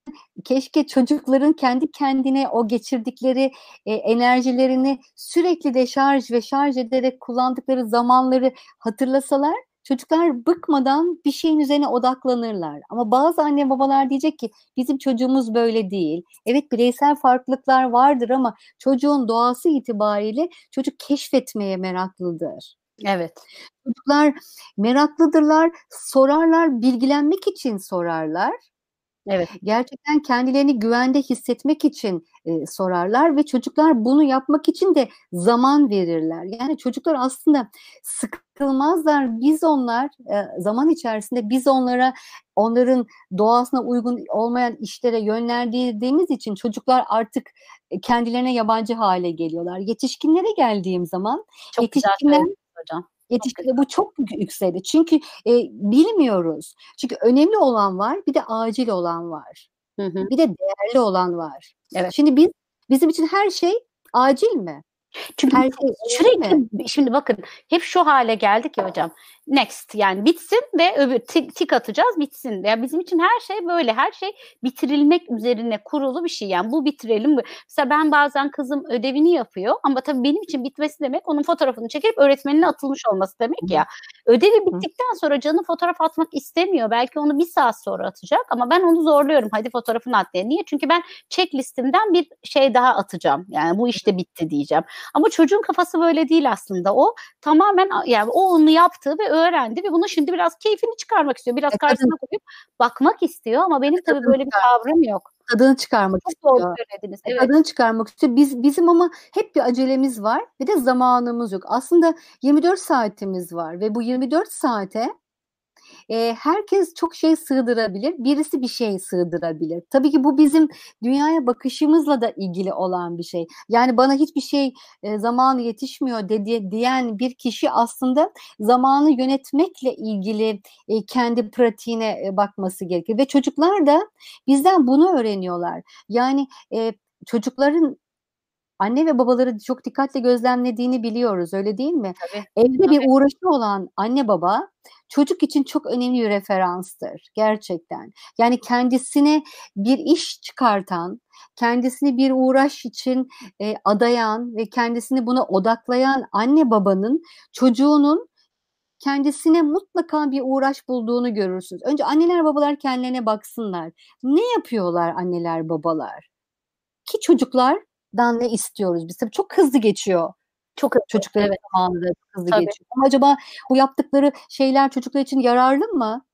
keşke çocukların kendi kendine o geçirdikleri enerjilerini sürekli deşarj ve şarj ederek kullandıkları zamanları hatırlasalar, çocuklar bıkmadan bir şeyin üzerine odaklanırlar. Ama bazı anne babalar diyecek ki bizim çocuğumuz böyle değil. Evet, bireysel farklılıklar vardır ama çocuğun doğası itibariyle çocuk keşfetmeye meraklıdır. Evet. Çocuklar meraklıdırlar, sorarlar, bilgilenmek için sorarlar. Evet. Gerçekten kendilerini güvende hissetmek için sorarlar ve çocuklar bunu yapmak için de zaman verirler. Yani çocuklar aslında sıkılmazlar. Biz zaman içerisinde biz onların doğasına uygun olmayan işlere yönlendirdiğimiz için çocuklar artık kendilerine yabancı hale geliyorlar. Yetişkinlere geldiğim zaman Çok güzel yetişkinler söylediniz hocam. Yetişkinde bu çok yükseldi. Çünkü bilmiyoruz. Çünkü önemli olan var, bir de acil olan var. Hı hı. Bir de değerli olan var. Evet. Şimdi bizim için her şey acil mi? Çünkü Her şey önemli mi? sürekli şimdi bakın hep şu hale geldik ya hocam. Next, yani bitsin ve öbür tik atacağız, bitsin. Yani bizim için her şey böyle. Her şey bitirilmek üzerine kurulu bir şey. Yani bu bitirelim. Mesela ben bazen kızım ödevini yapıyor ama tabii benim için bitmesi demek onun fotoğrafını çekip öğretmenine atılmış olması demek ya. Ödevi bittikten sonra canı fotoğraf atmak istemiyor. Belki onu bir saat sonra atacak ama ben onu zorluyorum. Hadi fotoğrafını at diye. Niye? Çünkü ben checklistimden bir şey daha atacağım. Yani bu işte bitti diyeceğim. Ama çocuğun kafası böyle değil aslında. O tamamen, yani o onu yaptı ve öğrendi ve bunu şimdi biraz keyfini çıkarmak istiyor. Biraz karşısına koyup bakmak istiyor ama benim tabii böyle bir tavrım yok. Tadını çıkarmak Çok istiyor. doğru söylediniz. Evet. Tadını çıkarmak istiyor. Bizim ama hep bir acelemiz var. Bir de zamanımız yok. Aslında 24 saatimiz var ve bu 24 saate herkes çok şey sığdırabilir. Birisi bir şey sığdırabilir. Tabii ki bu bizim dünyaya bakışımızla da ilgili olan bir şey. Yani bana hiçbir şey zamanı yetişmiyor diyen bir kişi aslında zamanı yönetmekle ilgili kendi pratiğine bakması gerekir. Ve çocuklar da bizden bunu öğreniyorlar. Yani çocukların anne ve babaları çok dikkatle gözlemlediğini biliyoruz, öyle değil mi? Tabii. Evde bir uğraşı olan anne baba çocuk için çok önemli bir referanstır gerçekten. Yani kendisine bir iş çıkartan, kendisini bir uğraş için adayan ve kendisini buna odaklayan anne babanın çocuğunun kendisine mutlaka bir uğraş bulduğunu görürsünüz. Önce anneler babalar kendilerine baksınlar. Ne yapıyorlar anneler babalar? Ki çocuklardan ne istiyoruz biz? Tabii çok hızlı geçiyor. Çok hızlı. Çocukların Evet. zamanı da çok hızlı Tabii. geçiyor. Ama acaba bu yaptıkları şeyler çocuklar için yararlı mı?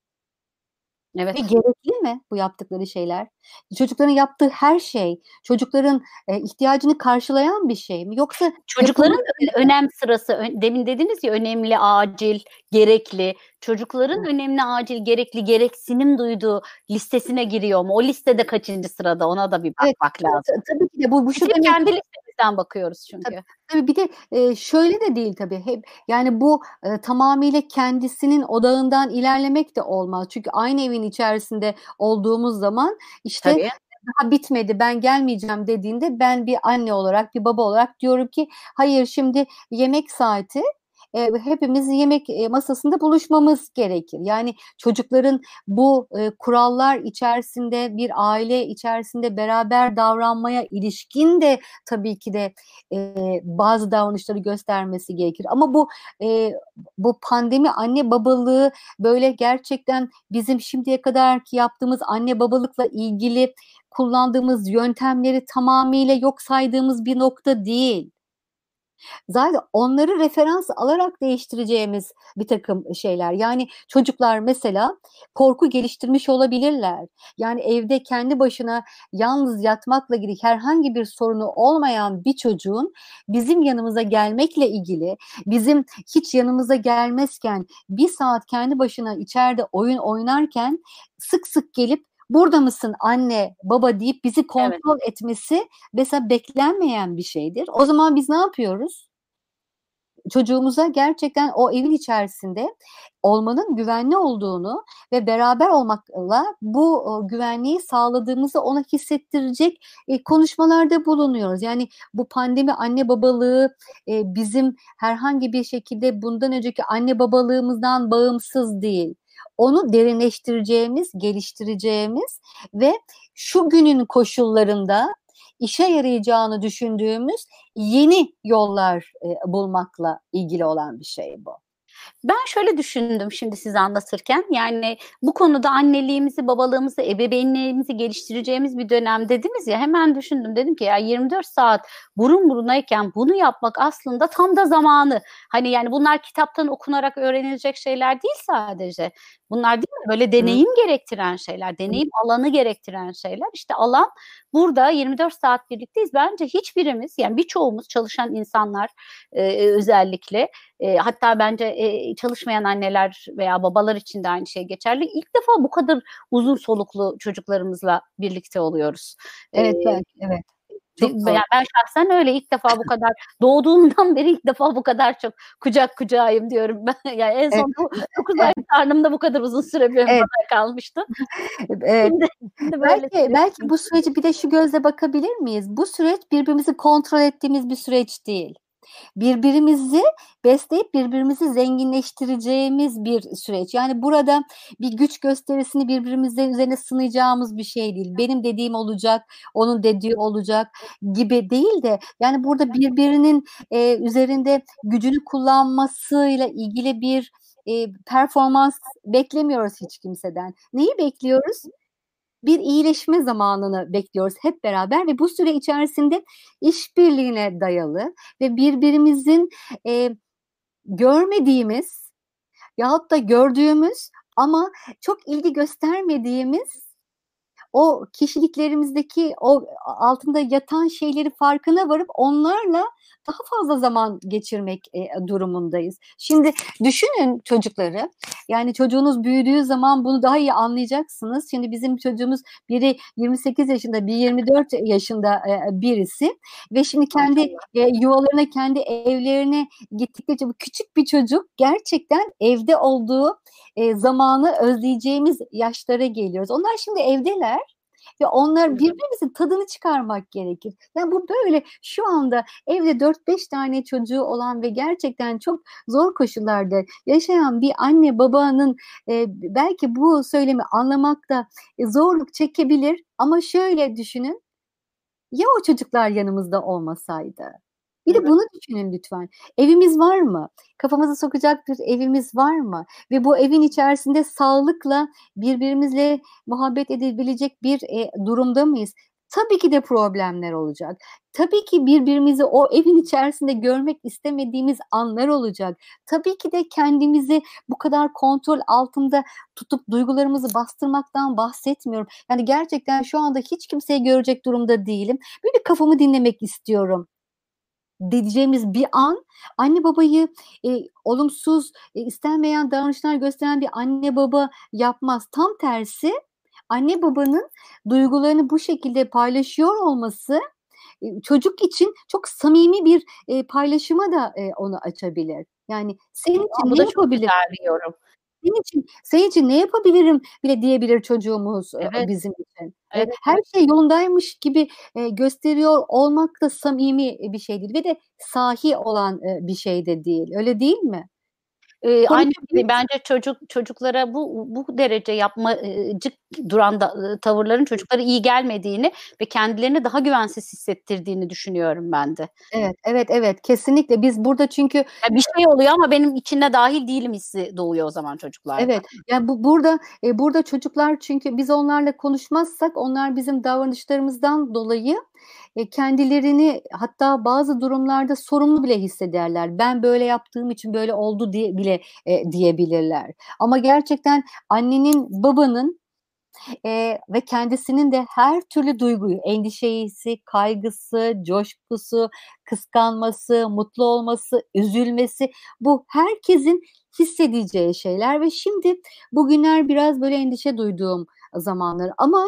Evet. Ve gerekli mi bu yaptıkları şeyler? Çocukların yaptığı her şey çocukların ihtiyacını karşılayan bir şey mi? Yoksa Çocukların önem sırası, demin dediniz ya, önemli, acil, gerekli. Çocukların önemli, acil, gerekli, gereksinim duyduğu listesine giriyor mu? O listede kaçıncı sırada? Ona da bir bakmak lazım. Tabii ki de bu Biz şu hep demek. kendi listemizden bakıyoruz çünkü. Tabii bir de şöyle de değil tabii. Hep yani bu tamamıyla kendisinin odağından ilerlemek de olmaz. Çünkü aynı evin içerisinde olduğumuz zaman işte Tabii. daha bitmedi, ben gelmeyeceğim dediğinde ben bir anne olarak, bir baba olarak diyorum ki hayır, şimdi yemek saati. Hepimiz yemek masasında buluşmamız gerekir. Yani çocukların bu kurallar içerisinde, bir aile içerisinde beraber davranmaya ilişkin de tabii ki de bazı davranışları göstermesi gerekir. Ama bu pandemi anne babalığı böyle gerçekten bizim şimdiye kadarki yaptığımız anne babalıkla ilgili kullandığımız yöntemleri tamamıyla yok saydığımız bir nokta değil. Zaten onları referans alarak değiştireceğimiz bir takım şeyler. Yani çocuklar mesela korku geliştirmiş olabilirler. Yani evde kendi başına yalnız yatmakla ilgili herhangi bir sorunu olmayan bir çocuğun bizim yanımıza gelmekle ilgili, bizim hiç yanımıza gelmezken bir saat kendi başına içeride oyun oynarken sık sık gelip burada mısın anne, baba deyip bizi kontrol etmesi mesela beklenmeyen bir şeydir. O zaman biz ne yapıyoruz? Çocuğumuza gerçekten o evin içerisinde olmanın güvenli olduğunu ve beraber olmakla bu güvenliği sağladığımızı ona hissettirecek konuşmalarda bulunuyoruz. Yani bu pandemi anne babalığı bizim herhangi bir şekilde bundan önceki anne babalığımızdan bağımsız değil. onu derinleştireceğimiz, geliştireceğimiz ve şu günün koşullarında işe yarayacağını düşündüğümüz yeni yollar bulmakla ilgili olan bir şey bu. Ben şöyle düşündüm şimdi size anlatırken, yani bu konuda anneliğimizi, babalığımızı, ebeveynliğimizi geliştireceğimiz bir dönem dediniz ya, hemen düşündüm, dedim ki ya 24 saat burun burunayken bunu yapmak aslında tam da zamanı. Hani yani bunlar kitaptan okunarak öğrenilecek şeyler değil sadece. Bunlar değil mi? Böyle deneyim gerektiren şeyler, deneyim alanı gerektiren şeyler. İşte alan burada, 24 saat birlikteyiz. Bence hiçbirimiz, yani birçoğumuz çalışan insanlar özellikle, hatta bence çalışmayan anneler veya babalar için de aynı şey geçerli. İlk defa bu kadar uzun soluklu çocuklarımızla birlikte oluyoruz. Evet, belki, evet. Çok Yani doğru. ben şahsen öyle, ilk defa bu kadar, doğduğumdan beri ilk defa bu kadar çok kucak kucağıyım diyorum ben. Yani en son bu 9 ay karnımda bu kadar uzun süre benim bana kalmıştı. Evet. Şimdi böyle Belki bu süreci bir de şu gözle bakabilir miyiz? Bu süreç birbirimizi kontrol ettiğimiz bir süreç değil. Birbirimizi besleyip birbirimizi zenginleştireceğimiz bir süreç. Yani burada bir güç gösterisini birbirimizin üzerine sınayacağımız bir şey değil. Benim dediğim olacak, onun dediği olacak gibi değil de, yani burada birbirinin üzerinde gücünü kullanmasıyla ilgili bir performans beklemiyoruz hiç kimseden. Neyi bekliyoruz? Bir iyileşme zamanını bekliyoruz hep beraber ve bu süre içerisinde işbirliğine dayalı ve birbirimizin görmediğimiz yahut da gördüğümüz ama çok ilgi göstermediğimiz o kişiliklerimizdeki o altında yatan şeyleri farkına varıp onlarla daha fazla zaman geçirmek durumundayız. Şimdi düşünün çocukları, yani çocuğunuz büyüdüğü zaman bunu daha iyi anlayacaksınız. Şimdi bizim çocuğumuz biri 28 yaşında, bir 24 yaşında birisi ve şimdi kendi yuvalarına, kendi evlerine gittikçe bu küçük bir çocuk gerçekten evde olduğu zamanı özleyeceğimiz yaşlara geliyoruz. Onlar şimdi evdeler ve onlar birbirimizin tadını çıkarmak gerekir. Yani bu böyle şu anda evde 4-5 tane çocuğu olan ve gerçekten çok zor koşullarda yaşayan bir anne babanın belki bu söylemi anlamakta zorluk çekebilir ama şöyle düşünün, ya o çocuklar yanımızda olmasaydı? Bir de bunu düşünün lütfen. Evimiz var mı? Kafamızı sokacak bir evimiz var mı? Ve bu evin içerisinde sağlıkla birbirimizle muhabbet edebilecek bir durumda mıyız? Tabii ki de problemler olacak. Tabii ki birbirimizi o evin içerisinde görmek istemediğimiz anlar olacak. Tabii ki de kendimizi bu kadar kontrol altında tutup duygularımızı bastırmaktan bahsetmiyorum. Yani gerçekten şu anda hiç kimseyi görecek durumda değilim. Böyle kafamı dinlemek istiyorum diyeceğimiz bir an, anne babayı olumsuz, istenmeyen davranışlar gösteren bir anne baba yapmaz. Tam tersi, anne babanın duygularını bu şekilde paylaşıyor olması çocuk için çok samimi bir paylaşıma da onu açabilir. Yani senin için bu ne da çok yapabilirim? güzel bir yorum. Senin için ne yapabilirim bile diyebilir çocuğumuz Evet. bizim için. Evet, Her şey yolundaymış gibi gösteriyor olmak da samimi bir şey değil ve de sahi olan bir şey de değil. Öyle değil mi? Aynı fikirdeyim. Bence çocuklara bu derece yapmacık duran tavırların çocuklara iyi gelmediğini ve kendilerini daha güvensiz hissettirdiğini düşünüyorum ben de. Evet, kesinlikle. Biz burada çünkü Ya bir şey oluyor ama benim içine dahil değilim hissi doğuyor o zaman çocuklarda. evet, yani burada çocuklar, çünkü biz onlarla konuşmazsak onlar bizim davranışlarımızdan dolayı kendilerini hatta bazı durumlarda sorumlu bile hissederler. Ben böyle yaptığım için böyle oldu diye bile diyebilirler. Ama gerçekten annenin, babanın ve kendisinin de her türlü duyguyu, endişesi, kaygısı, coşkusu, kıskanması, mutlu olması, üzülmesi, bu herkesin hissedeceği şeyler ve şimdi bugünler biraz böyle endişe duyduğum zamanlar ama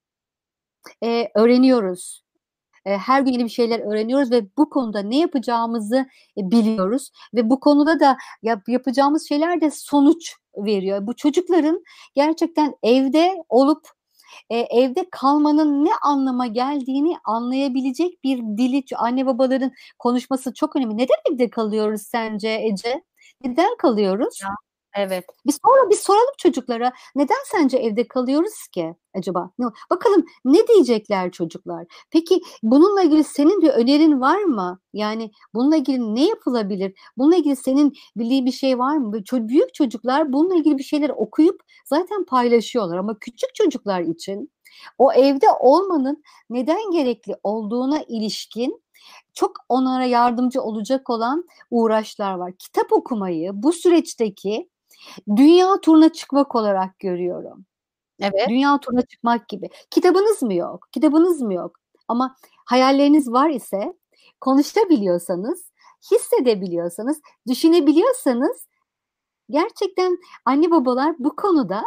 öğreniyoruz. Her gün yeni bir şeyler öğreniyoruz ve bu konuda ne yapacağımızı biliyoruz ve bu konuda da yapacağımız şeyler de sonuç veriyor. Bu çocukların gerçekten evde olup evde kalmanın ne anlama geldiğini anlayabilecek bir dili, anne babaların konuşması çok önemli. Neden evde kalıyoruz sence Ece? Neden kalıyoruz? Evet. Bir soralım çocuklara. Neden sence evde kalıyoruz ki acaba? Bakalım ne diyecekler çocuklar? Peki bununla ilgili senin bir önerin var mı? Yani bununla ilgili ne yapılabilir? Bununla ilgili senin bildiğin bir şey var mı? Büyük çocuklar bununla ilgili bir şeyler okuyup zaten paylaşıyorlar ama küçük çocuklar için o evde olmanın neden gerekli olduğuna ilişkin çok onlara yardımcı olacak olan uğraşlar var. Kitap okumayı bu süreçteki dünya turuna çıkmak olarak görüyorum. Evet. Dünya turuna çıkmak gibi. Kitabınız mı yok? Kitabınız mı yok? Ama hayalleriniz var ise, konuşabiliyorsanız, hissedebiliyorsanız, düşünebiliyorsanız gerçekten anne babalar bu konuda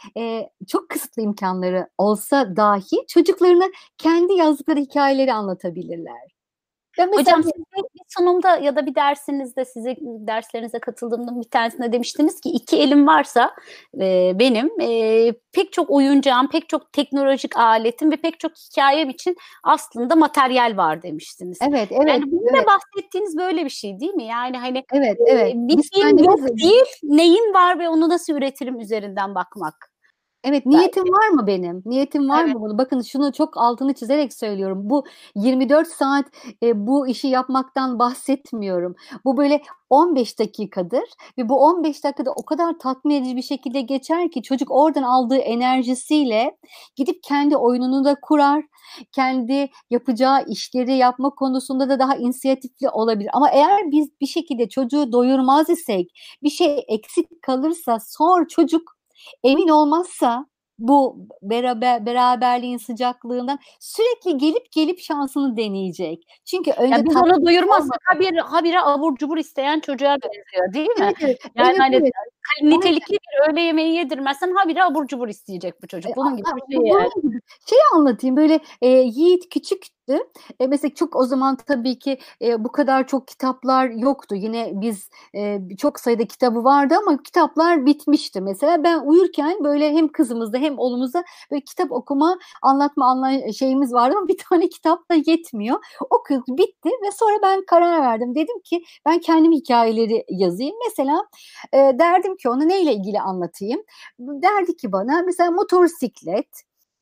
çok kısıtlı imkanları olsa dahi çocuklarına kendi yazdıkları hikayeleri anlatabilirler. Ben mesela Hocam siz bir sunumda ya da bir dersinizde, size derslerinize katıldığımda bir tanesinde demiştiniz ki 2 elim varsa benim pek çok oyuncağım, pek çok teknolojik aletim ve pek çok hikayem için aslında materyal var demiştiniz. evet, Yani bugün de evet, bahsettiğiniz böyle bir şey değil mi? Yani hani evet. bir Biz şeyim yok kendimiz değil, neyim var ve onu nasıl üretirim üzerinden bakmak. Evet, niyetim var mı benim? Niyetim var mı bunu? Bakın şunu çok altını çizerek söylüyorum. Bu 24 saat bu işi yapmaktan bahsetmiyorum. Bu böyle 15 dakikadır ve bu 15 dakikada o kadar tatmin edici bir şekilde geçer ki çocuk oradan aldığı enerjisiyle gidip kendi oyununu da kurar. Kendi yapacağı işleri yapma konusunda da daha inisiyatifli olabilir. Ama eğer biz bir şekilde çocuğu doyurmaz isek, bir şey eksik kalırsa çocuk emin olmazsa bu beraberliğin sıcaklığından sürekli gelip şansını deneyecek. Çünkü önce Ya biz onu doyurmazsak habire abur cubur isteyen çocuğa benziyor değil mi? Evet, Yani evet, hani evet. nitelikli bir öğle yemeği yedirmezsen habire abur cubur isteyecek bu çocuk. Bunun gibi bir şey yani. Şey anlatayım böyle Yiğit küçüktü. Mesela çok o zaman tabii ki bu kadar çok kitaplar yoktu. Yine biz çok sayıda kitabı vardı ama kitaplar bitmişti. Mesela ben uyurken böyle hem kızımızda hem oğlumuzda böyle kitap okuma, anlatma şeyimiz vardı ama bir tane kitap da yetmiyor. O kız bitti ve sonra ben karar verdim. Dedim ki ben kendim hikayeleri yazayım. Mesela derdim ki ona neyle ilgili anlatayım? Derdi ki bana mesela motosiklet,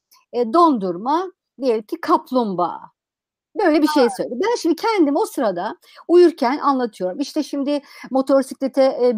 dondurma, diyelim ki kaplumbağa. Böyle bir şey söyledi. Ben şimdi kendim o sırada uyurken anlatıyorum. İşte şimdi motosiklete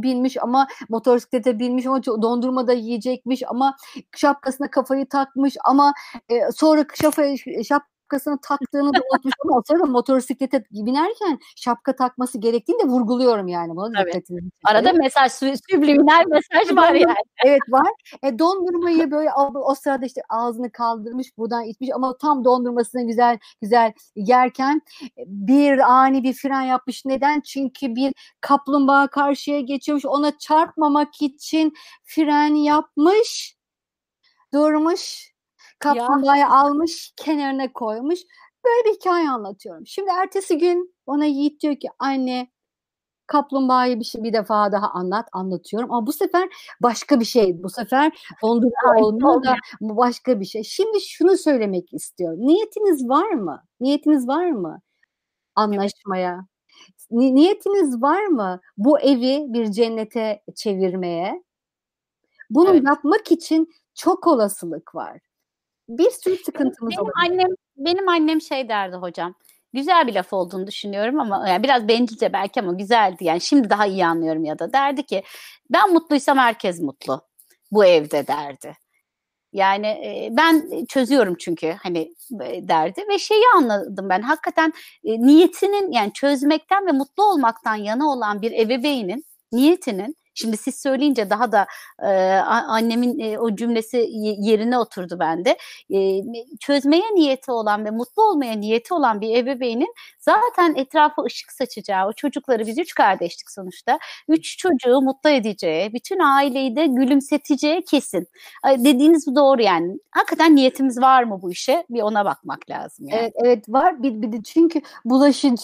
binmiş ama dondurma da yiyecekmiş ama şapkasına kafayı takmış ama sonra şapkasını taktığını da unutmuş ama sonra motosiklete binerken şapka takması gerektiğini de vurguluyorum yani. Buna da Evet. dikkatinizi Arada çekerim. mesaj, subliminal mesaj var yani. Evet var. Dondurmayı böyle o sırada işte ağzını kaldırmış, buradan itmiş ama tam dondurmasını güzel güzel yerken ani bir fren yapmış. Neden? Çünkü bir kaplumbağa karşıya geçiyormuş. Ona çarpmamak için fren yapmış, durmuş, Ya kaplumbağayı almış, kenarına koymuş. Böyle bir hikaye anlatıyorum. Şimdi ertesi gün bana Yiğit diyor ki anne, kaplumbağayı bir defa daha anlatıyorum ama bu sefer başka bir şey. Bu sefer dondurma olmuyor da bu başka bir şey. Şimdi şunu söylemek istiyorum. Niyetiniz var mı? Niyetiniz var mı anlaşmaya? Niyetiniz var mı bu evi bir cennete çevirmeye? Bunu evet. yapmak için çok olasılık var. Bir sürü sıkıntımız olabilir. Benim annem şey derdi hocam. Güzel bir laf olduğunu düşünüyorum ama yani biraz bencilce belki ama güzeldi. Yani şimdi daha iyi anlıyorum ya da derdi ki ben mutluysam herkes mutlu bu evde derdi. Yani ben çözüyorum çünkü hani derdi ve şeyi anladım ben hakikaten niyetinin yani çözmekten ve mutlu olmaktan yana olan bir ebeveynin niyetinin şimdi siz söyleyince daha da annemin o cümlesi yerine oturdu bende. Çözmeye niyeti olan ve mutlu olmaya niyeti olan bir ebeveynin zaten etrafa ışık saçacağı, o çocukları biz 3 kardeştik sonuçta. 3 çocuğu mutlu edeceği, bütün aileyi de gülümseteceği kesin. Dediğiniz bu doğru yani. Hakikaten niyetimiz var mı bu işe? Bir ona bakmak lazım yani. Evet var bir de çünkü bulaşıcı.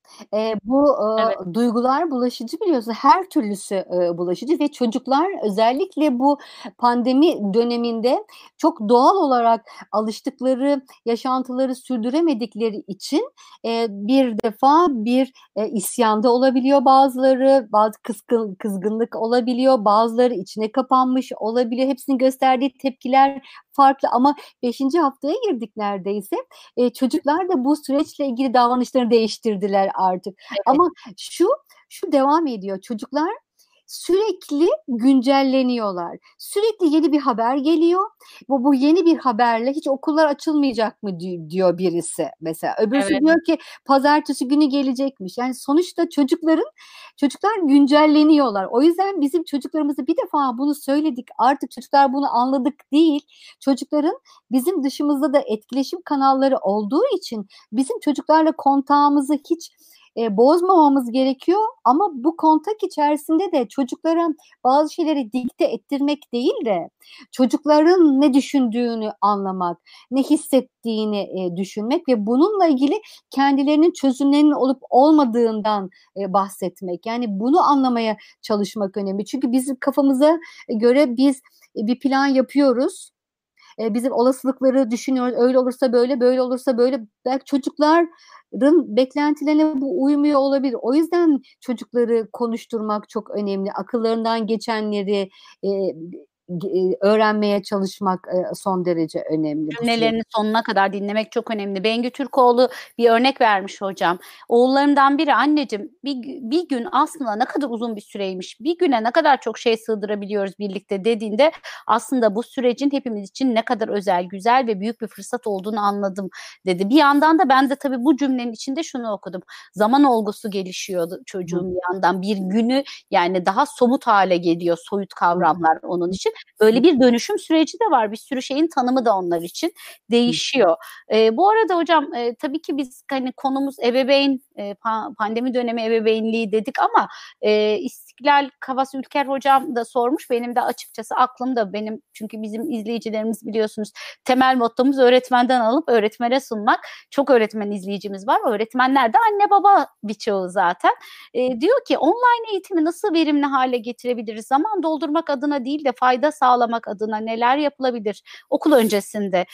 Bu Evet. duygular bulaşıcı, biliyorsun. Her türlüsü bulaşıcı ve çocuklar özellikle bu pandemi döneminde çok doğal olarak alıştıkları yaşantıları sürdüremedikleri için bir defa isyanda olabiliyor bazıları, bazı kızgınlık olabiliyor, bazıları içine kapanmış olabiliyor. Hepsinin gösterdiği tepkiler farklı ama 5. haftaya girdik neredeyse. Çocuklar da bu süreçle ilgili davranışlarını değiştirdiler artık. Ama şu devam ediyor. Çocuklar sürekli güncelleniyorlar. Sürekli yeni bir haber geliyor. Bu yeni bir haberle hiç okullar açılmayacak mı diyor birisi mesela. Öbürsü Evet. diyor ki pazartesi günü gelecekmiş. Yani sonuçta çocuklar güncelleniyorlar. O yüzden bizim çocuklarımıza bir defa bunu söyledik. Artık çocuklar bunu anladık değil. Çocukların bizim dışımızda da etkileşim kanalları olduğu için bizim çocuklarla kontağımızı hiç bozmamamız gerekiyor ama bu kontak içerisinde de çocuklara bazı şeyleri dikte ettirmek değil de çocukların ne düşündüğünü anlamak, ne hissettiğini düşünmek ve bununla ilgili kendilerinin çözümlerinin olup olmadığından bahsetmek. Yani bunu anlamaya çalışmak önemli. Çünkü bizim kafamıza göre biz bir plan yapıyoruz. Bizim olasılıkları düşünüyoruz. Öyle olursa böyle, böyle olursa böyle. Belki çocukların beklentilerine bu uymuyor olabilir. O yüzden çocukları konuşturmak çok önemli. Akıllarından geçenleri öğrenmeye çalışmak son derece önemli. Cümlelerini sonuna kadar dinlemek çok önemli. Bengü Türkoğlu bir örnek vermiş hocam. Oğullarımdan biri, anneciğim bir gün aslında ne kadar uzun bir süreymiş. Bir güne ne kadar çok şey sığdırabiliyoruz birlikte dediğinde aslında bu sürecin hepimiz için ne kadar özel, güzel ve büyük bir fırsat olduğunu anladım dedi. Bir yandan da ben de tabii bu cümlenin içinde şunu okudum. Zaman olgusu gelişiyordu çocuğun bir yandan. Bir günü yani daha somut hale geliyor, soyut kavramlar onun için. Böyle bir dönüşüm süreci de var. Bir sürü şeyin tanımı da onlar için değişiyor. Bu arada hocam tabii ki biz hani konumuz ebeveyn, pandemi dönemi ebeveynliği dedik ama İstiklal Kavas Ülker hocam da sormuş. Benim de açıkçası aklımda, benim çünkü bizim izleyicilerimiz biliyorsunuz temel mottomuz öğretmenden alıp öğretmene sunmak. Çok öğretmen izleyicimiz var. Öğretmenler de anne baba birçoğu zaten. Diyor ki online eğitimi nasıl verimli hale getirebiliriz? Zaman doldurmak adına değil de fayda sağlamak adına neler yapılabilir okul öncesinde?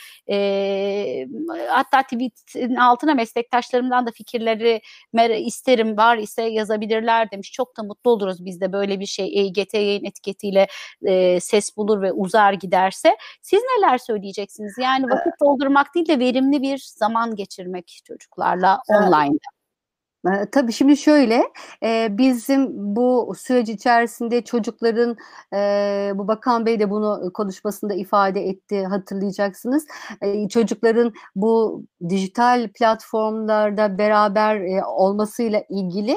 Hatta tweet'in altına meslektaşlarımdan da fikirleri isterim, var ise yazabilirler demiş. Çok da mutlu oluruz biz de böyle bir şey EYT yayın etiketiyle ses bulur ve uzar giderse. Siz neler söyleyeceksiniz? Yani vakit doldurmak değil de verimli bir zaman geçirmek çocuklarla online. Tabii şimdi şöyle, bizim bu süreç içerisinde çocukların, bu Bakan Bey de bunu konuşmasında ifade etti, hatırlayacaksınız. Çocukların bu dijital platformlarda beraber olmasıyla ilgili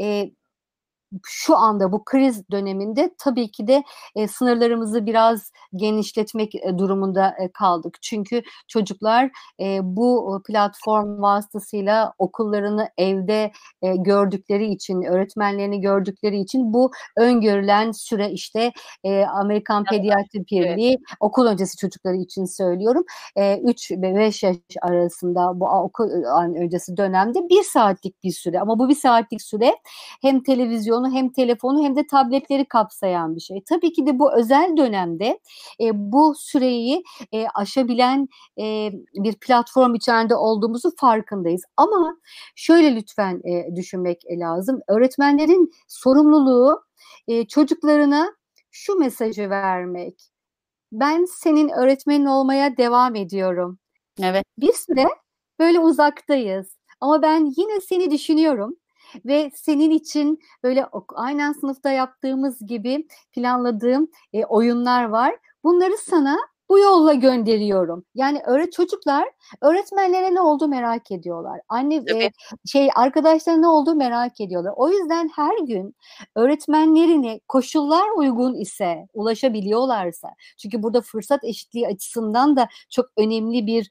şu anda bu kriz döneminde tabii ki de sınırlarımızı biraz genişletmek durumunda kaldık. Çünkü çocuklar bu platform vasıtasıyla okullarını evde gördükleri için, öğretmenlerini gördükleri için bu öngörülen süre işte Amerikan Pediatri Birliği okul öncesi çocukları için söylüyorum. 3 ve 5 yaş arasında bu okul öncesi dönemde 1 saatlik bir süre ama bu 1 saatlik süre hem televizyonu hem telefonu hem de tabletleri kapsayan bir şey. Tabii ki de bu özel dönemde bu süreyi aşabilen bir platform içerisinde olduğumuzu farkındayız. Ama şöyle lütfen düşünmek lazım. Öğretmenlerin sorumluluğu çocuklarına şu mesajı vermek. Ben senin öğretmenin olmaya devam ediyorum. Evet. Bir süre böyle uzaktayız ama ben yine seni düşünüyorum. Ve senin için böyle aynen sınıfta yaptığımız gibi planladığım oyunlar var. Bunları sana bu yolla gönderiyorum. Yani çocuklar öğretmenlere ne oldu merak ediyorlar. Arkadaşlarına ne oldu merak ediyorlar. O yüzden her gün öğretmenlerine koşullar uygun ise, ulaşabiliyorlarsa, çünkü burada fırsat eşitliği açısından da çok önemli bir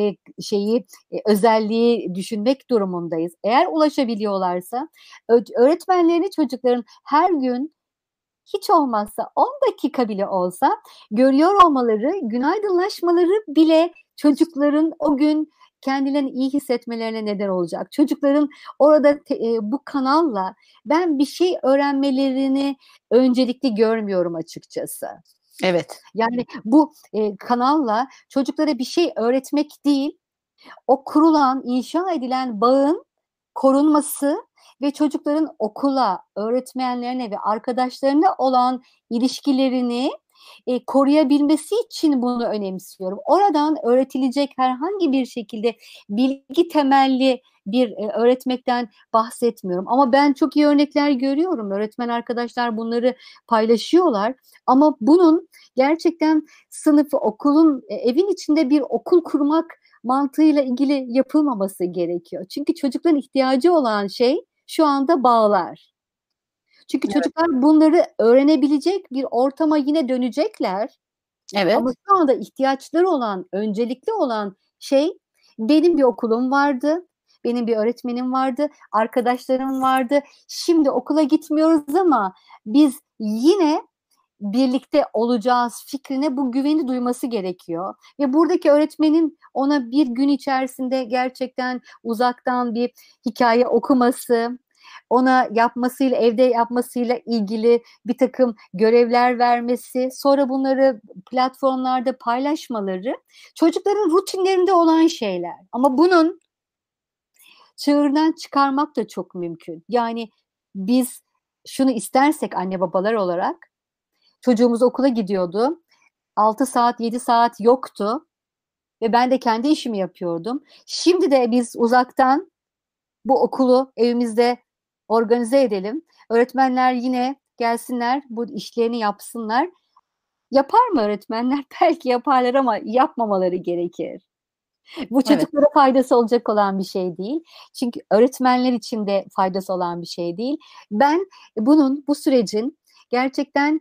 özelliği düşünmek durumundayız. Eğer ulaşabiliyorlarsa öğretmenlerini çocukların her gün hiç olmazsa 10 dakika bile olsa görüyor olmaları, günaydınlaşmaları bile çocukların o gün kendilerini iyi hissetmelerine neden olacak. Çocukların orada bu kanalla ben bir şey öğrenmelerini öncelikli görmüyorum açıkçası. Evet. Yani bu kanalla çocuklara bir şey öğretmek değil, o kurulan, inşa edilen bağın korunması ve çocukların okula, öğretmenlerine ve arkadaşlarına olan ilişkilerini koruyabilmesi için bunu önemsiyorum. Oradan öğretilecek herhangi bir şekilde bilgi temelli bir öğretmekten bahsetmiyorum. Ama ben çok iyi örnekler görüyorum. Öğretmen arkadaşlar bunları paylaşıyorlar. Ama bunun gerçekten sınıfı, okulun, evin içinde bir okul kurmak mantığıyla ilgili yapılmaması gerekiyor. Çünkü çocukların ihtiyacı olan şey şu anda bağlar. Çünkü çocuklar bunları öğrenebilecek bir ortama yine dönecekler. Evet. Ama şu anda ihtiyaçları olan, öncelikli olan şey, benim bir okulum vardı, benim bir öğretmenim vardı, arkadaşlarım vardı. Şimdi okula gitmiyoruz ama biz yine birlikte olacağız fikrine bu güveni duyması gerekiyor. Ve buradaki öğretmenin ona bir gün içerisinde gerçekten uzaktan bir hikaye okuması, ona yapmasıyla, evde yapmasıyla ilgili bir takım görevler vermesi, sonra bunları platformlarda paylaşmaları çocukların rutinlerinde olan şeyler. Ama bunun çığırından çıkarmak da çok mümkün. Yani biz şunu istersek anne babalar olarak, çocuğumuz okula gidiyordu. 6 saat, 7 saat yoktu. Ve ben de kendi işimi yapıyordum. Şimdi de biz uzaktan bu okulu evimizde organize edelim. Öğretmenler yine gelsinler, bu işlerini yapsınlar. Yapar mı öğretmenler? Belki yaparlar ama yapmamaları gerekir. Bu çocuklara faydası olacak olan bir şey değil. Çünkü öğretmenler için de faydası olan bir şey değil. Ben bu sürecin gerçekten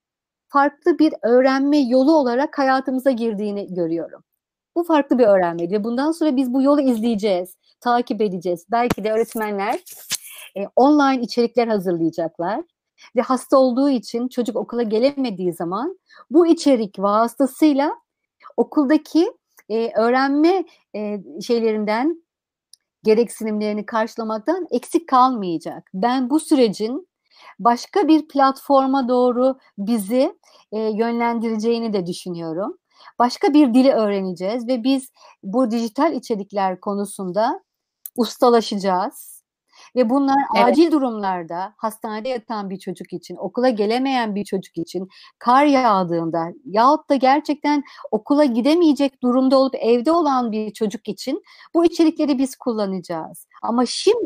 farklı bir öğrenme yolu olarak hayatımıza girdiğini görüyorum. Bu farklı bir öğrenme ve bundan sonra biz bu yolu izleyeceğiz, takip edeceğiz. Belki de öğretmenler online içerikler hazırlayacaklar ve hasta olduğu için çocuk okula gelemediği zaman bu içerik vasıtasıyla okuldaki öğrenme şeylerinden, gereksinimlerini karşılamaktan eksik kalmayacak. Ben bu sürecin başka bir platforma doğru bizi yönlendireceğini de düşünüyorum. Başka bir dili öğreneceğiz ve biz bu dijital içerikler konusunda ustalaşacağız. Ve bunlar acil durumlarda hastanede yatan bir çocuk için, okula gelemeyen bir çocuk için, kar yağdığında yahut da gerçekten okula gidemeyecek durumda olup evde olan bir çocuk için bu içerikleri biz kullanacağız. Ama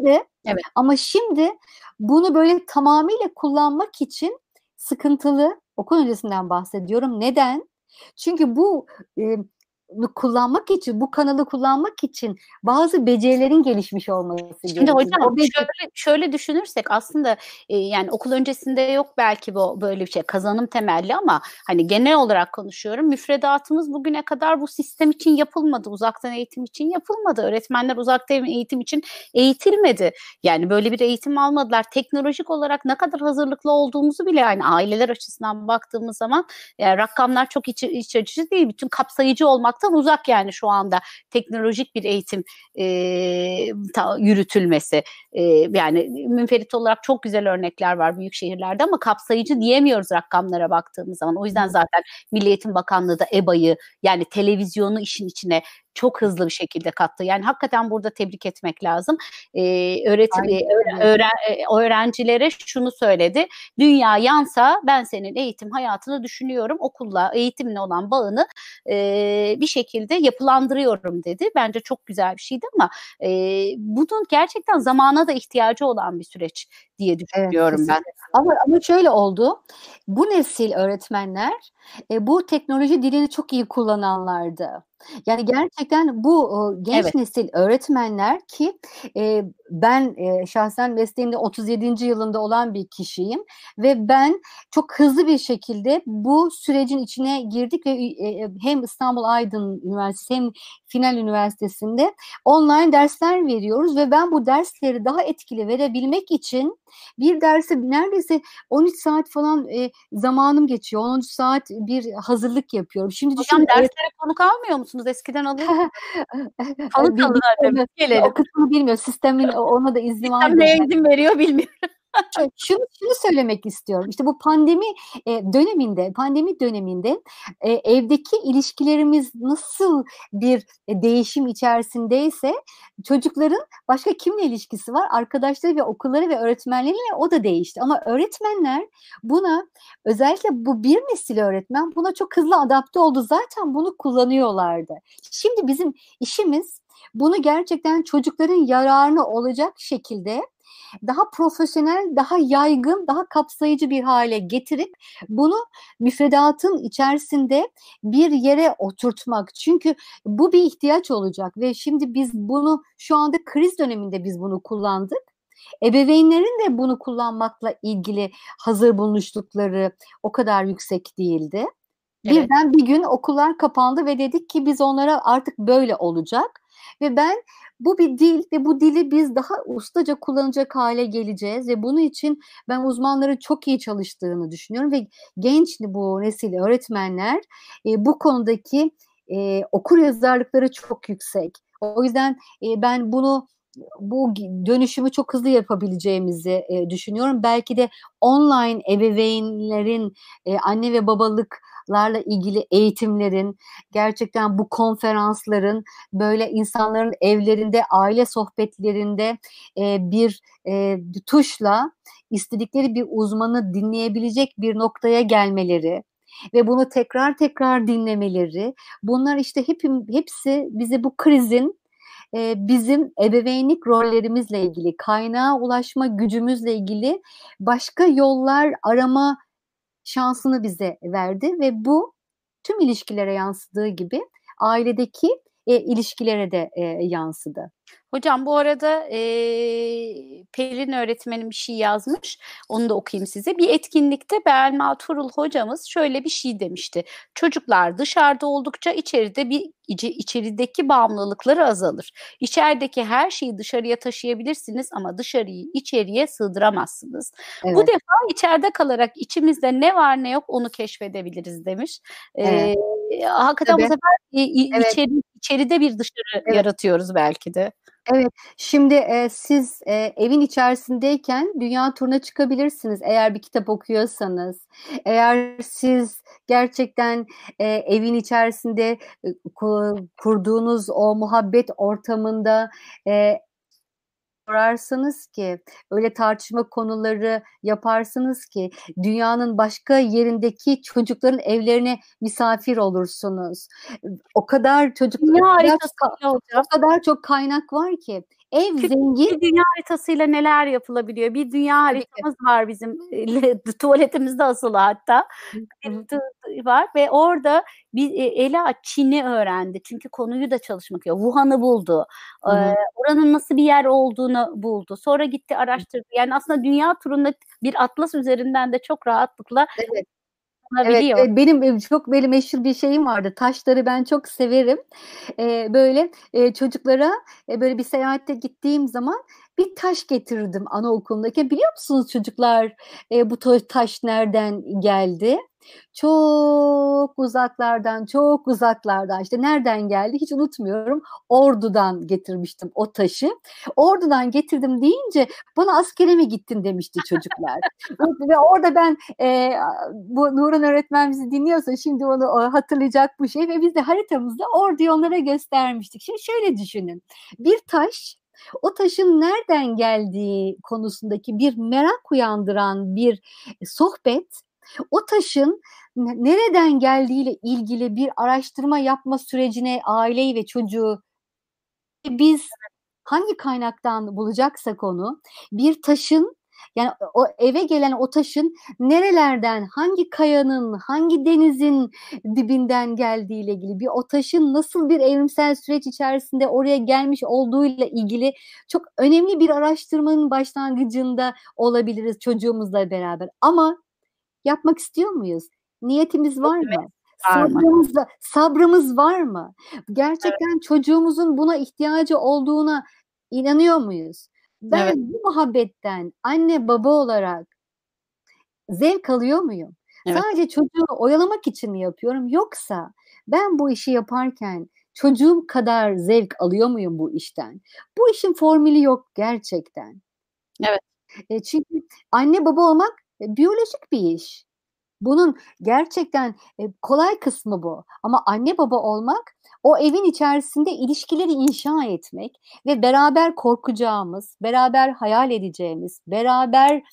şimdi bunu böyle tamamıyla kullanmak için sıkıntılı, okul öncesinden bahsediyorum. Neden? Çünkü bu kullanmak için, bu kanalı kullanmak için bazı becerilerin gelişmiş olması gerekiyor. Şimdi hocam şöyle düşünürsek aslında yani okul öncesinde yok belki böyle bir şey kazanım temelli ama hani genel olarak konuşuyorum. Müfredatımız bugüne kadar bu sistem için yapılmadı. Uzaktan eğitim için yapılmadı. Öğretmenler uzaktan eğitim için eğitilmedi. Yani böyle bir eğitim almadılar. Teknolojik olarak ne kadar hazırlıklı olduğumuzu bile yani aileler açısından baktığımız zaman yani rakamlar çok iç açıcı değil. Bütün kapsayıcı olmaktan uzak yani şu anda teknolojik bir eğitim yürütülmesi. Yani münferit olarak çok güzel örnekler var büyük şehirlerde ama kapsayıcı diyemiyoruz rakamlara baktığımız zaman. O yüzden zaten Milli Eğitim Bakanlığı da EBA'yı yani televizyonu işin içine çok hızlı bir şekilde kattı. Yani hakikaten burada tebrik etmek lazım. Öğrencilere şunu söyledi. Dünya yansa ben senin eğitim hayatını düşünüyorum. Okulla, eğitimle olan bağını bir şekilde yapılandırıyorum dedi. Bence çok güzel bir şeydi ama bunun gerçekten zamana da ihtiyacı olan bir süreç diye düşünüyorum ben. Ama şöyle oldu. Bu nesil öğretmenler bu teknoloji dilini çok iyi kullananlardı. Yani gerçekten bu genç nesil öğretmenler ki ben şahsen mesleğimde 37. yılında olan bir kişiyim ve ben çok hızlı bir şekilde bu sürecin içine girdik ve hem İstanbul Aydın Üniversitesi hem Final Üniversitesi'nde online dersler veriyoruz ve ben bu dersleri daha etkili verebilmek için bir dersi neredeyse 13 saat falan zamanım geçiyor. 13 saat bir hazırlık yapıyorum. Şimdi hocam derslere konuk almıyor musunuz? musunuz? Eskiden alıyorduk. Kanıt alın annem. O Gelelim. kısmını bilmiyor. Sistemin ona da izni var Sistem da. neye izin veriyor bilmiyorum. Şunu söylemek istiyorum. İşte bu pandemi döneminde evdeki ilişkilerimiz nasıl bir değişim içerisindeyse çocukların başka kimle ilişkisi var? Arkadaşları ve okulları ve öğretmenleriyle o da değişti. Ama öğretmenler buna, özellikle bu bir nesil öğretmen buna çok hızlı adapte oldu. Zaten bunu kullanıyorlardı. Şimdi bizim işimiz bunu gerçekten çocukların yararına olacak şekilde daha profesyonel, daha yaygın, daha kapsayıcı bir hale getirip bunu müfredatın içerisinde bir yere oturtmak. Çünkü bu bir ihtiyaç olacak ve şimdi biz bunu şu anda kriz döneminde biz bunu kullandık. Ebeveynlerin de bunu kullanmakla ilgili hazır bulunuşlukları o kadar yüksek değildi. Evet. Birden bir gün okullar kapandı ve dedik ki biz onlara artık böyle olacak. Ve bu bir dil ve bu dili biz daha ustaca kullanacak hale geleceğiz ve bunun için ben uzmanların çok iyi çalıştığını düşünüyorum ve genç bu nesil öğretmenler bu konudaki okuryazarlıkları çok yüksek. O yüzden ben bu dönüşümü çok hızlı yapabileceğimizi düşünüyorum. Belki de online ebeveynlerin anne ve babalıklarla ilgili eğitimlerin, gerçekten bu konferansların böyle insanların evlerinde, aile sohbetlerinde bir tuşla istedikleri bir uzmanı dinleyebilecek bir noktaya gelmeleri ve bunu tekrar tekrar dinlemeleri, bunlar işte hepsi bize bu krizin bizim ebeveynlik rollerimizle ilgili, kaynağa ulaşma gücümüzle ilgili başka yollar arama şansını bize verdi ve bu tüm ilişkilere yansıdığı gibi ailedeki ilişkilere de yansıdı. Hocam bu arada Pelin öğretmenim bir şey yazmış. Onu da okuyayım size. Bir etkinlikte Belma Turul hocamız şöyle bir şey demişti. Çocuklar dışarıda oldukça içerideki bağımlılıkları azalır. İçerideki her şeyi dışarıya taşıyabilirsiniz ama dışarıyı içeriye sığdıramazsınız. Evet. Bu defa içeride kalarak içimizde ne var ne yok onu keşfedebiliriz demiş. Evet. Hakikaten Tabii. bu sefer Evet. içeride bir dışarı Evet. yaratıyoruz belki de. Evet, şimdi siz evin içerisindeyken dünya turuna çıkabilirsiniz eğer bir kitap okuyorsanız. Eğer siz gerçekten evin içerisinde kurduğunuz o muhabbet ortamında sorarsanız ki, öyle tartışma konuları yaparsınız ki dünyanın başka yerindeki çocukların evlerine misafir olursunuz. O kadar Dünya o kadar çok kaynak var ki. Ev zengin. Bir dünya haritasıyla neler yapılabiliyor? Bir dünya haritamız var bizim tuvaletimizde asılı hatta. Var ve orada Ela Çin'i öğrendi. Çünkü konuyu da çalışmak istiyor. Wuhan'ı buldu. Oranın nasıl bir yer olduğunu buldu. Sonra gitti araştırdı. Yani aslında dünya turunda bir atlas üzerinden de çok rahatlıkla bulunabiliyor. Evet, benim çok böyle meşhur bir şeyim vardı. Taşları ben çok severim. Böyle çocuklara böyle bir seyahate gittiğim zaman bir taş getirdim anaokulundaki. Biliyor musunuz çocuklar bu taş nereden geldi? Çok uzaklardan işte nereden geldi hiç unutmuyorum. Ordu'dan getirmiştim o taşı. Ordu'dan getirdim deyince bana askere mi gittin demişti çocuklar. Ve orada ben bu Nurhan öğretmen bizi dinliyorsa şimdi onu hatırlayacak bu şey ve biz de haritamızda Ordu'yu onlara göstermiştik. Şimdi şöyle düşünün. Bir taş, o taşın nereden geldiği konusundaki bir merak uyandıran bir sohbet, o taşın nereden geldiğiyle ilgili bir araştırma yapma sürecine aileyi ve çocuğu biz hangi kaynaktan bulacaksak onu, bir taşın, yani o eve gelen o taşın nerelerden, hangi kayanın, hangi denizin dibinden geldiğiyle ilgili, bir o taşın nasıl bir evrimsel süreç içerisinde oraya gelmiş olduğuyla ilgili çok önemli bir araştırmanın başlangıcında olabiliriz çocuğumuzla beraber. Ama yapmak istiyor muyuz? Niyetimiz var mı? Sabrımız var mı? Gerçekten çocuğumuzun buna ihtiyacı olduğuna inanıyor muyuz? Ben bu muhabbetten anne baba olarak zevk alıyor muyum? Evet. Sadece çocuğu oyalamak için mi yapıyorum? Yoksa ben bu işi yaparken çocuğum kadar zevk alıyor muyum bu işten? Bu işin formülü yok gerçekten. Evet. Çünkü anne baba olmak biyolojik bir iş. Bunun gerçekten kolay kısmı bu. Ama anne baba olmak, o evin içerisinde ilişkileri inşa etmek ve beraber korkacağımız, beraber hayal edeceğimiz, beraber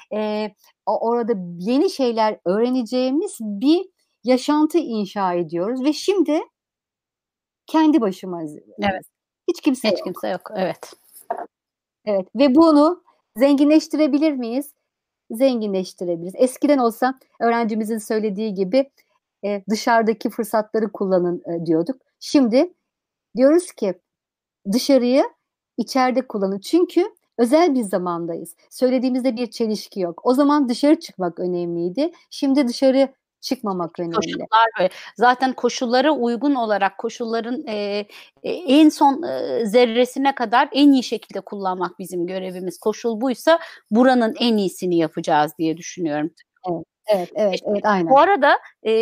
orada yeni şeyler öğreneceğimiz bir yaşantı inşa ediyoruz. Ve şimdi kendi başımayız. Evet. Hiç kimse Hiç yok. kimse yok. Evet. Evet. Ve bunu zenginleştirebilir miyiz? Zenginleştirebiliriz. Eskiden olsa öğrencimizin söylediği gibi dışarıdaki fırsatları kullanın diyorduk. Şimdi diyoruz ki dışarıyı içeride kullanın. Çünkü özel bir zamandayız. Söylediğimizde bir çelişki yok. O zaman dışarı çıkmak önemliydi. Şimdi dışarı çıkmamak önemli. Koşullar böyle. Zaten koşullara uygun olarak koşulların en son zerresine kadar en iyi şekilde kullanmak bizim görevimiz. Koşul buysa buranın en iyisini yapacağız diye düşünüyorum. Evet, aynen. Bu arada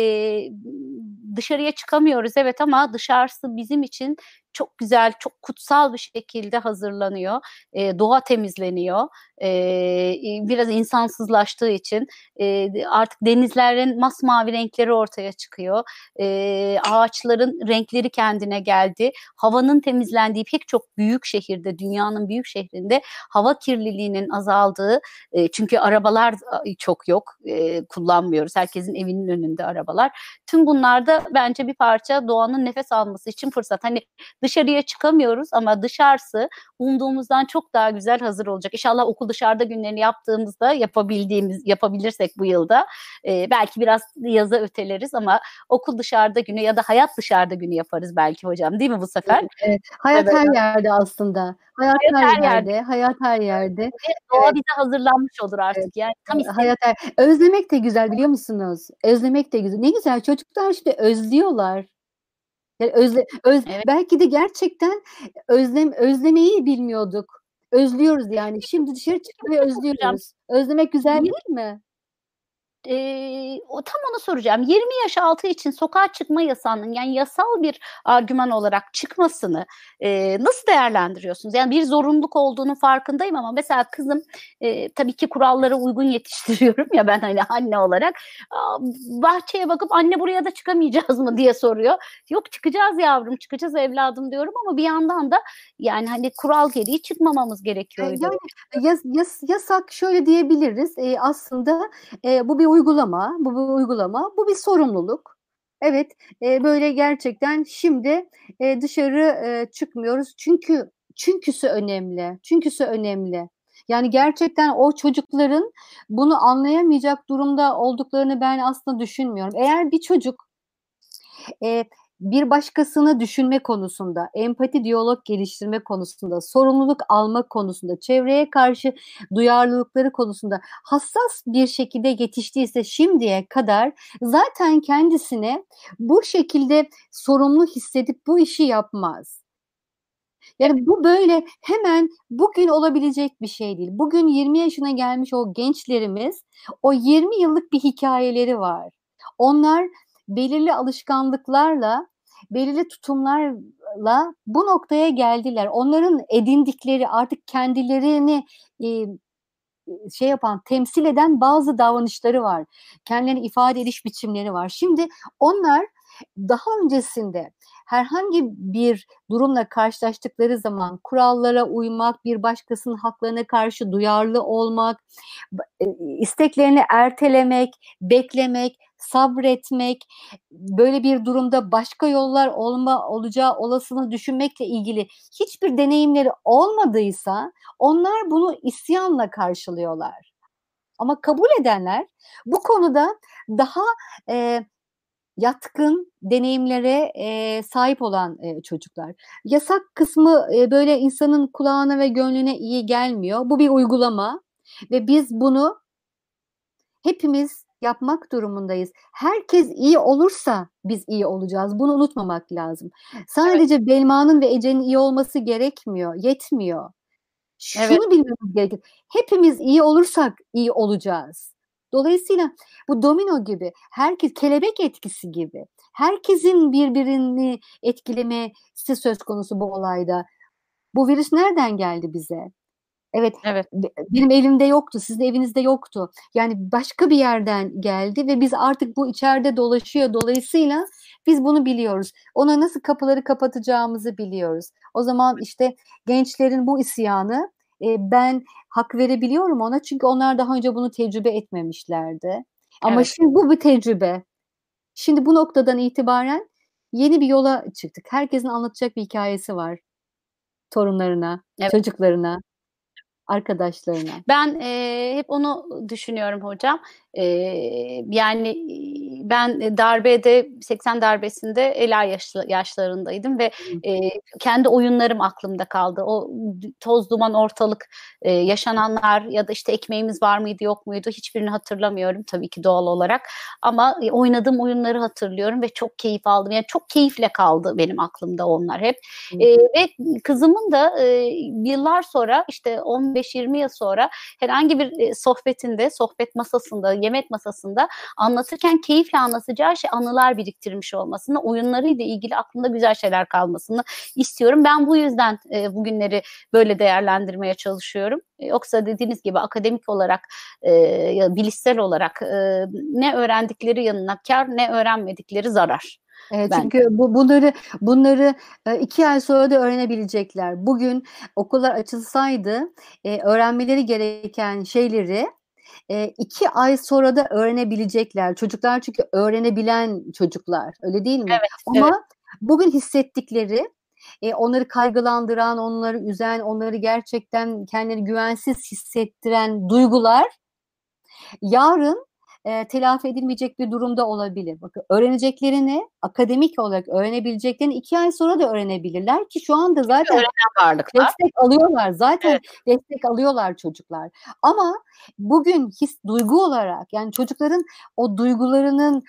dışarıya çıkamıyoruz evet, ama dışarısı bizim için çok güzel, çok kutsal bir şekilde hazırlanıyor. Doğa temizleniyor. Biraz insansızlaştığı için artık denizlerin masmavi renkleri ortaya çıkıyor. Ağaçların renkleri kendine geldi. Havanın temizlendiği pek çok büyük şehirde, dünyanın büyük şehrinde hava kirliliğinin azaldığı, çünkü arabalar çok yok, kullanmıyoruz. Herkesin evinin önünde arabalar. Tüm bunlar da bence bir parça doğanın nefes alması için fırsat. Hani dışarıya çıkamıyoruz ama dışarısı umduğumuzdan çok daha güzel hazır olacak. İnşallah okul dışarıda günlerini yaptığımızda yapabilirsek bu yılda belki biraz yaza öteleriz ama okul dışarıda günü ya da hayat dışarıda günü yaparız belki hocam, değil mi bu sefer? Evet. Hayat Evet. her yerde aslında. Hayat her yerde. Hayat her yerde. Doğa Evet. bize hazırlanmış olur artık. Evet. Yani tam Hayat özlemek de güzel biliyor musunuz? Özlemek de güzel. Ne güzel, çocuklar şimdi özlüyorlar. Yani Evet. belki de gerçekten özlemeyi bilmiyorduk. Özlüyoruz yani. Şimdi dışarı çıkıp ve özlüyoruz. Özlemek güzel değil mi? Tam onu soracağım. 20 yaş altı için sokağa çıkma yasağının, yani yasal bir argüman olarak çıkmasını nasıl değerlendiriyorsunuz? Yani bir zorunluluk olduğunu farkındayım ama mesela kızım, tabii ki kurallara uygun yetiştiriyorum ya ben, hani anne olarak, bahçeye bakıp anne buraya da çıkamayacağız mı diye soruyor. Yok, çıkacağız yavrum, çıkacağız evladım diyorum ama bir yandan da yani hani kural gereği çıkmamamız gerekiyor. Yani yasak şöyle diyebiliriz. Aslında bu bir uygulama, bu bir sorumluluk. Evet, böyle gerçekten şimdi dışarı çıkmıyoruz çünküsü önemli. Yani gerçekten o çocukların bunu anlayamayacak durumda olduklarını ben aslında düşünmüyorum. Eğer bir çocuk bir başkasını düşünme konusunda, empati, diyalog geliştirme konusunda, sorumluluk alma konusunda, çevreye karşı duyarlılıkları konusunda hassas bir şekilde yetiştiyse şimdiye kadar zaten kendisine bu şekilde sorumlu hissedip bu işi yapmaz. Yani bu böyle hemen bugün olabilecek bir şey değil. Bugün 20 yaşına gelmiş o gençlerimiz, o 20 yıllık bir hikayeleri var. Onlar belirli alışkanlıklarla, belirli tutumlarla bu noktaya geldiler. Onların edindikleri, artık kendilerini temsil eden bazı davranışları var. Kendilerini ifade ediş biçimleri var. Şimdi onlar daha öncesinde herhangi bir durumla karşılaştıkları zaman kurallara uymak, bir başkasının haklarına karşı duyarlı olmak, isteklerini ertelemek, beklemek, sabretmek, böyle bir durumda başka yollar olacağı olasılığını düşünmekle ilgili hiçbir deneyimleri olmadıysa onlar bunu isyanla karşılıyorlar. Ama kabul edenler bu konuda daha yatkın deneyimlere sahip olan çocuklar. Yasak kısmı böyle insanın kulağına ve gönlüne iyi gelmiyor. Bu bir uygulama ve biz bunu hepimiz yapmak durumundayız. Herkes iyi olursa biz iyi olacağız. Bunu unutmamak lazım. Sadece Belma'nın ve Ece'nin iyi olması gerekmiyor, yetmiyor. Şunu bilmemiz gerekir. Hepimiz iyi olursak iyi olacağız. Dolayısıyla bu domino gibi, herkes kelebek etkisi gibi, herkesin birbirini etkilemesi söz konusu bu olayda. Bu virüs nereden geldi bize? Evet, Evet. benim elimde yoktu, sizin evinizde yoktu. Yani başka bir yerden geldi ve biz artık bu içeride dolaşıyor. Dolayısıyla biz bunu biliyoruz. Ona nasıl kapıları kapatacağımızı biliyoruz. O zaman işte gençlerin bu isyanı, ben hak verebiliyorum ona, çünkü onlar daha önce bunu tecrübe etmemişlerdi. Ama Evet. şimdi bu bir tecrübe. Şimdi bu noktadan itibaren yeni bir yola çıktık. Herkesin anlatacak bir hikayesi var. Torunlarına, Evet. çocuklarına, arkadaşlarına. Ben hep onu düşünüyorum hocam. Yani ben darbede 80 darbesinde Ela yaşlarındaydım ve kendi oyunlarım aklımda kaldı. O toz duman ortalık, yaşananlar ya da işte ekmeğimiz var mıydı yok muydu hiçbirini hatırlamıyorum tabii ki doğal olarak. Ama oynadığım oyunları hatırlıyorum ve çok keyif aldım. Yani çok keyifle kaldı benim aklımda onlar hep. Ve kızımın da yıllar sonra işte 15-20 yıl sonra herhangi bir sohbetinde, sohbet masasında, yemek masasında anlatırken keyifle anlatacağı şey anılar biriktirmiş olmasını, oyunlarıyla ilgili aklında güzel şeyler kalmasını istiyorum. Ben bu yüzden bugünleri böyle değerlendirmeye çalışıyorum. Yoksa dediğiniz gibi akademik olarak, ya bilişsel olarak ne öğrendikleri yanına kar, ne öğrenmedikleri zarar. Çünkü bunları 2 ay sonra da öğrenebilecekler. Bugün okullar açılsaydı öğrenmeleri gereken şeyleri 2 ay sonra da öğrenebilecekler. Çocuklar çünkü öğrenebilen çocuklar, öyle değil mi? Evet, Ama evet. bugün hissettikleri, onları kaygılandıran, onları üzen, onları gerçekten kendileri güvensiz hissettiren duygular yarın telafi edilmeyecek bir durumda olabilir. Bakın, öğreneceklerini, akademik olarak öğrenebileceklerini 2 ay sonra da öğrenebilirler ki şu anda zaten Öğrenen varlıklar. destek alıyorlar. Zaten Evet. destek alıyorlar çocuklar. Ama bugün duygu olarak, yani çocukların o duygularının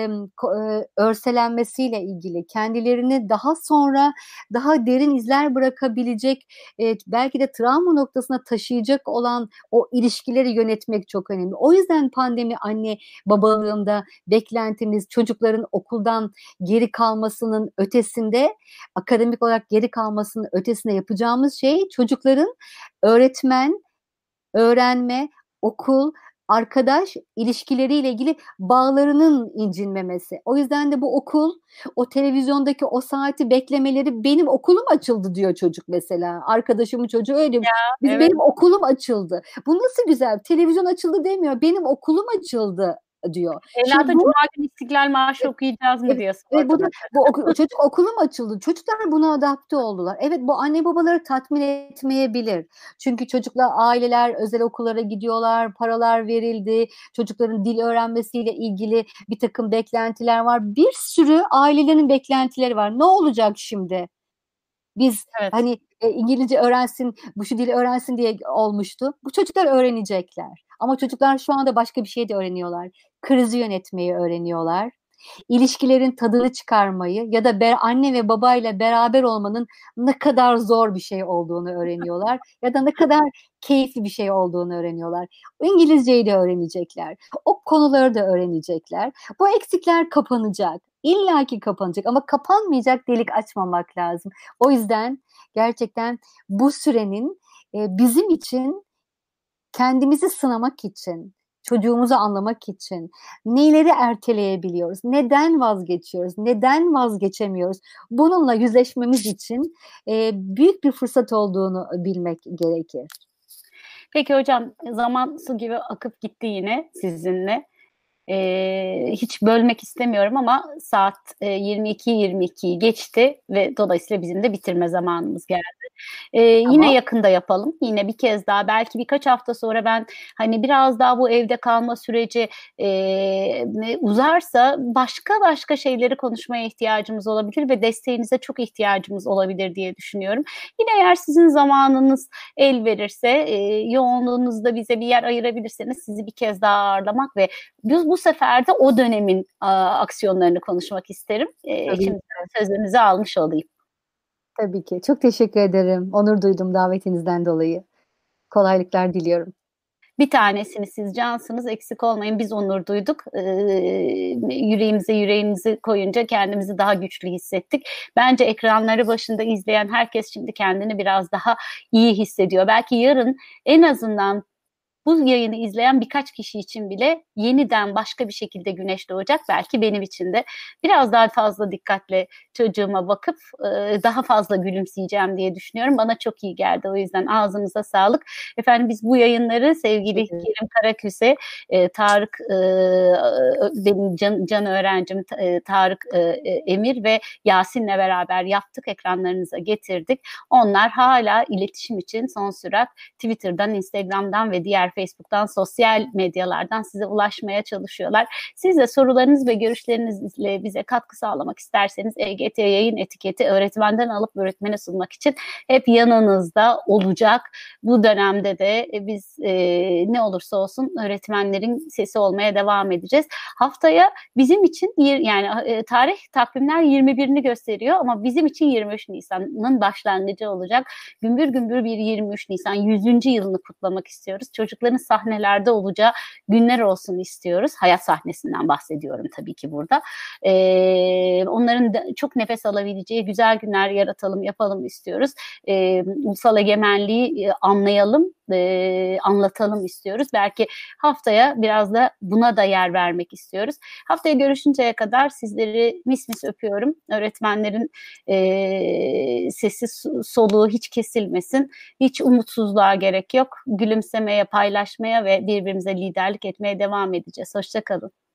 örselenmesiyle ilgili, kendilerini daha sonra daha derin izler bırakabilecek, belki de travma noktasına taşıyacak olan o ilişkileri yönetmek çok önemli. O yüzden pandemi anne babalığında beklentimiz çocukların okuldan geri kalmasının ötesinde, akademik olarak geri kalmasının ötesinde yapacağımız şey çocukların öğretmen, öğrenme, okul, arkadaş ilişkileriyle ilgili bağlarının incinmemesi. O yüzden de bu okul, o televizyondaki o saati beklemeleri, benim okulum açıldı diyor çocuk mesela. Arkadaşımın çocuğu öyle diyor. Evet. Benim okulum açıldı. Bu nasıl güzel? Televizyon açıldı demiyor. Benim okulum açıldı diyor. Evlada Cuma günü İstiklal Marşı okuyacağız mı diye Evet, sordu. çocuk okulum açıldı. Çocuklar buna adapte oldular. Evet, bu anne babaları tatmin etmeyebilir. Çünkü çocuklar, aileler özel okullara gidiyorlar, paralar verildi. Çocukların dil öğrenmesiyle ilgili bir takım beklentiler var. Bir sürü ailelerin beklentileri var. Ne olacak şimdi? Biz Evet. hani İngilizce öğrensin, bu şu dili öğrensin diye olmuştu. Bu çocuklar öğrenecekler. Ama çocuklar şu anda başka bir şey de öğreniyorlar. Krizi yönetmeyi öğreniyorlar. İlişkilerin tadını çıkarmayı ya da anne ve babayla beraber olmanın ne kadar zor bir şey olduğunu öğreniyorlar ya da ne kadar keyifli bir şey olduğunu öğreniyorlar. İngilizceyi de öğrenecekler. O konuları da öğrenecekler. Bu eksikler kapanacak. İlla ki kapanacak ama kapanmayacak delik açmamak lazım. O yüzden gerçekten bu sürenin bizim için, kendimizi sınamak için, çocuğumuzu anlamak için neleri erteleyebiliyoruz, neden vazgeçiyoruz, neden vazgeçemiyoruz, bununla yüzleşmemiz için büyük bir fırsat olduğunu bilmek gerekir. Peki hocam, zaman su gibi akıp gitti yine sizinle. Hiç bölmek istemiyorum ama saat 22.22'yi geçti ve dolayısıyla bizim de bitirme zamanımız geldi. Yine yakında yapalım. Yine bir kez daha, belki birkaç hafta sonra ben hani biraz daha bu evde kalma süreci uzarsa başka şeyleri konuşmaya ihtiyacımız olabilir ve desteğinize çok ihtiyacımız olabilir diye düşünüyorum. Yine eğer sizin zamanınız el verirse, yoğunluğunuzda bize bir yer ayırabilirseniz sizi bir kez daha ağırlamak ve bu sefer de o dönemin aksiyonlarını konuşmak isterim. Şimdi sözünüzü almış olayım. Tabii ki. Çok teşekkür ederim. Onur duydum davetinizden dolayı. Kolaylıklar diliyorum. Bir tanesini siz cansınız, eksik olmayın, biz onur duyduk. Yüreğimizi koyunca kendimizi daha güçlü hissettik. Bence ekranları başında izleyen herkes şimdi kendini biraz daha iyi hissediyor. Belki yarın en azından bu yayını izleyen birkaç kişi için bile yeniden başka bir şekilde güneş doğacak. Belki benim için de biraz daha fazla dikkatle çocuğuma bakıp daha fazla gülümseyeceğim diye düşünüyorum. Bana çok iyi geldi. O yüzden ağzınıza sağlık. Efendim biz bu yayınları sevgili Kerim Karaküs'e, Tarık, benim can öğrencim Tarık Emir ve Yasin'le beraber yaptık. Ekranlarınıza getirdik. Onlar hala iletişim için son sürat Twitter'dan, Instagram'dan ve diğer Facebook'tan, sosyal medyalardan size ulaşmaya çalışıyorlar. Siz de sorularınız ve görüşlerinizle bize katkı sağlamak isterseniz EGT yayın etiketi öğretmenden alıp öğretmene sunmak için hep yanınızda olacak. Bu dönemde de biz ne olursa olsun öğretmenlerin sesi olmaya devam edeceğiz. Haftaya bizim için yani tarih takvimler 21'ini gösteriyor ama bizim için 23 Nisan'ın başlangıcı olacak. Gümbür gümbür bir 23 Nisan 100. yılını kutlamak istiyoruz. Çocukların sahnelerde olacağı günler olsun istiyoruz. Hayat sahnesinden bahsediyorum tabii ki burada. Onların da çok nefes alabileceği güzel günler yaratalım, yapalım istiyoruz. Ulusal egemenliği anlayalım, anlatalım istiyoruz. Belki haftaya biraz da buna da yer vermek istiyoruz. Haftaya görüşünceye kadar sizleri mis mis öpüyorum. Öğretmenlerin sesi soluğu hiç kesilmesin. Hiç umutsuzluğa gerek yok. Gülümsemeye, paylaşmaya ve birbirimize liderlik etmeye devam edeceğiz. Hoşça kalın.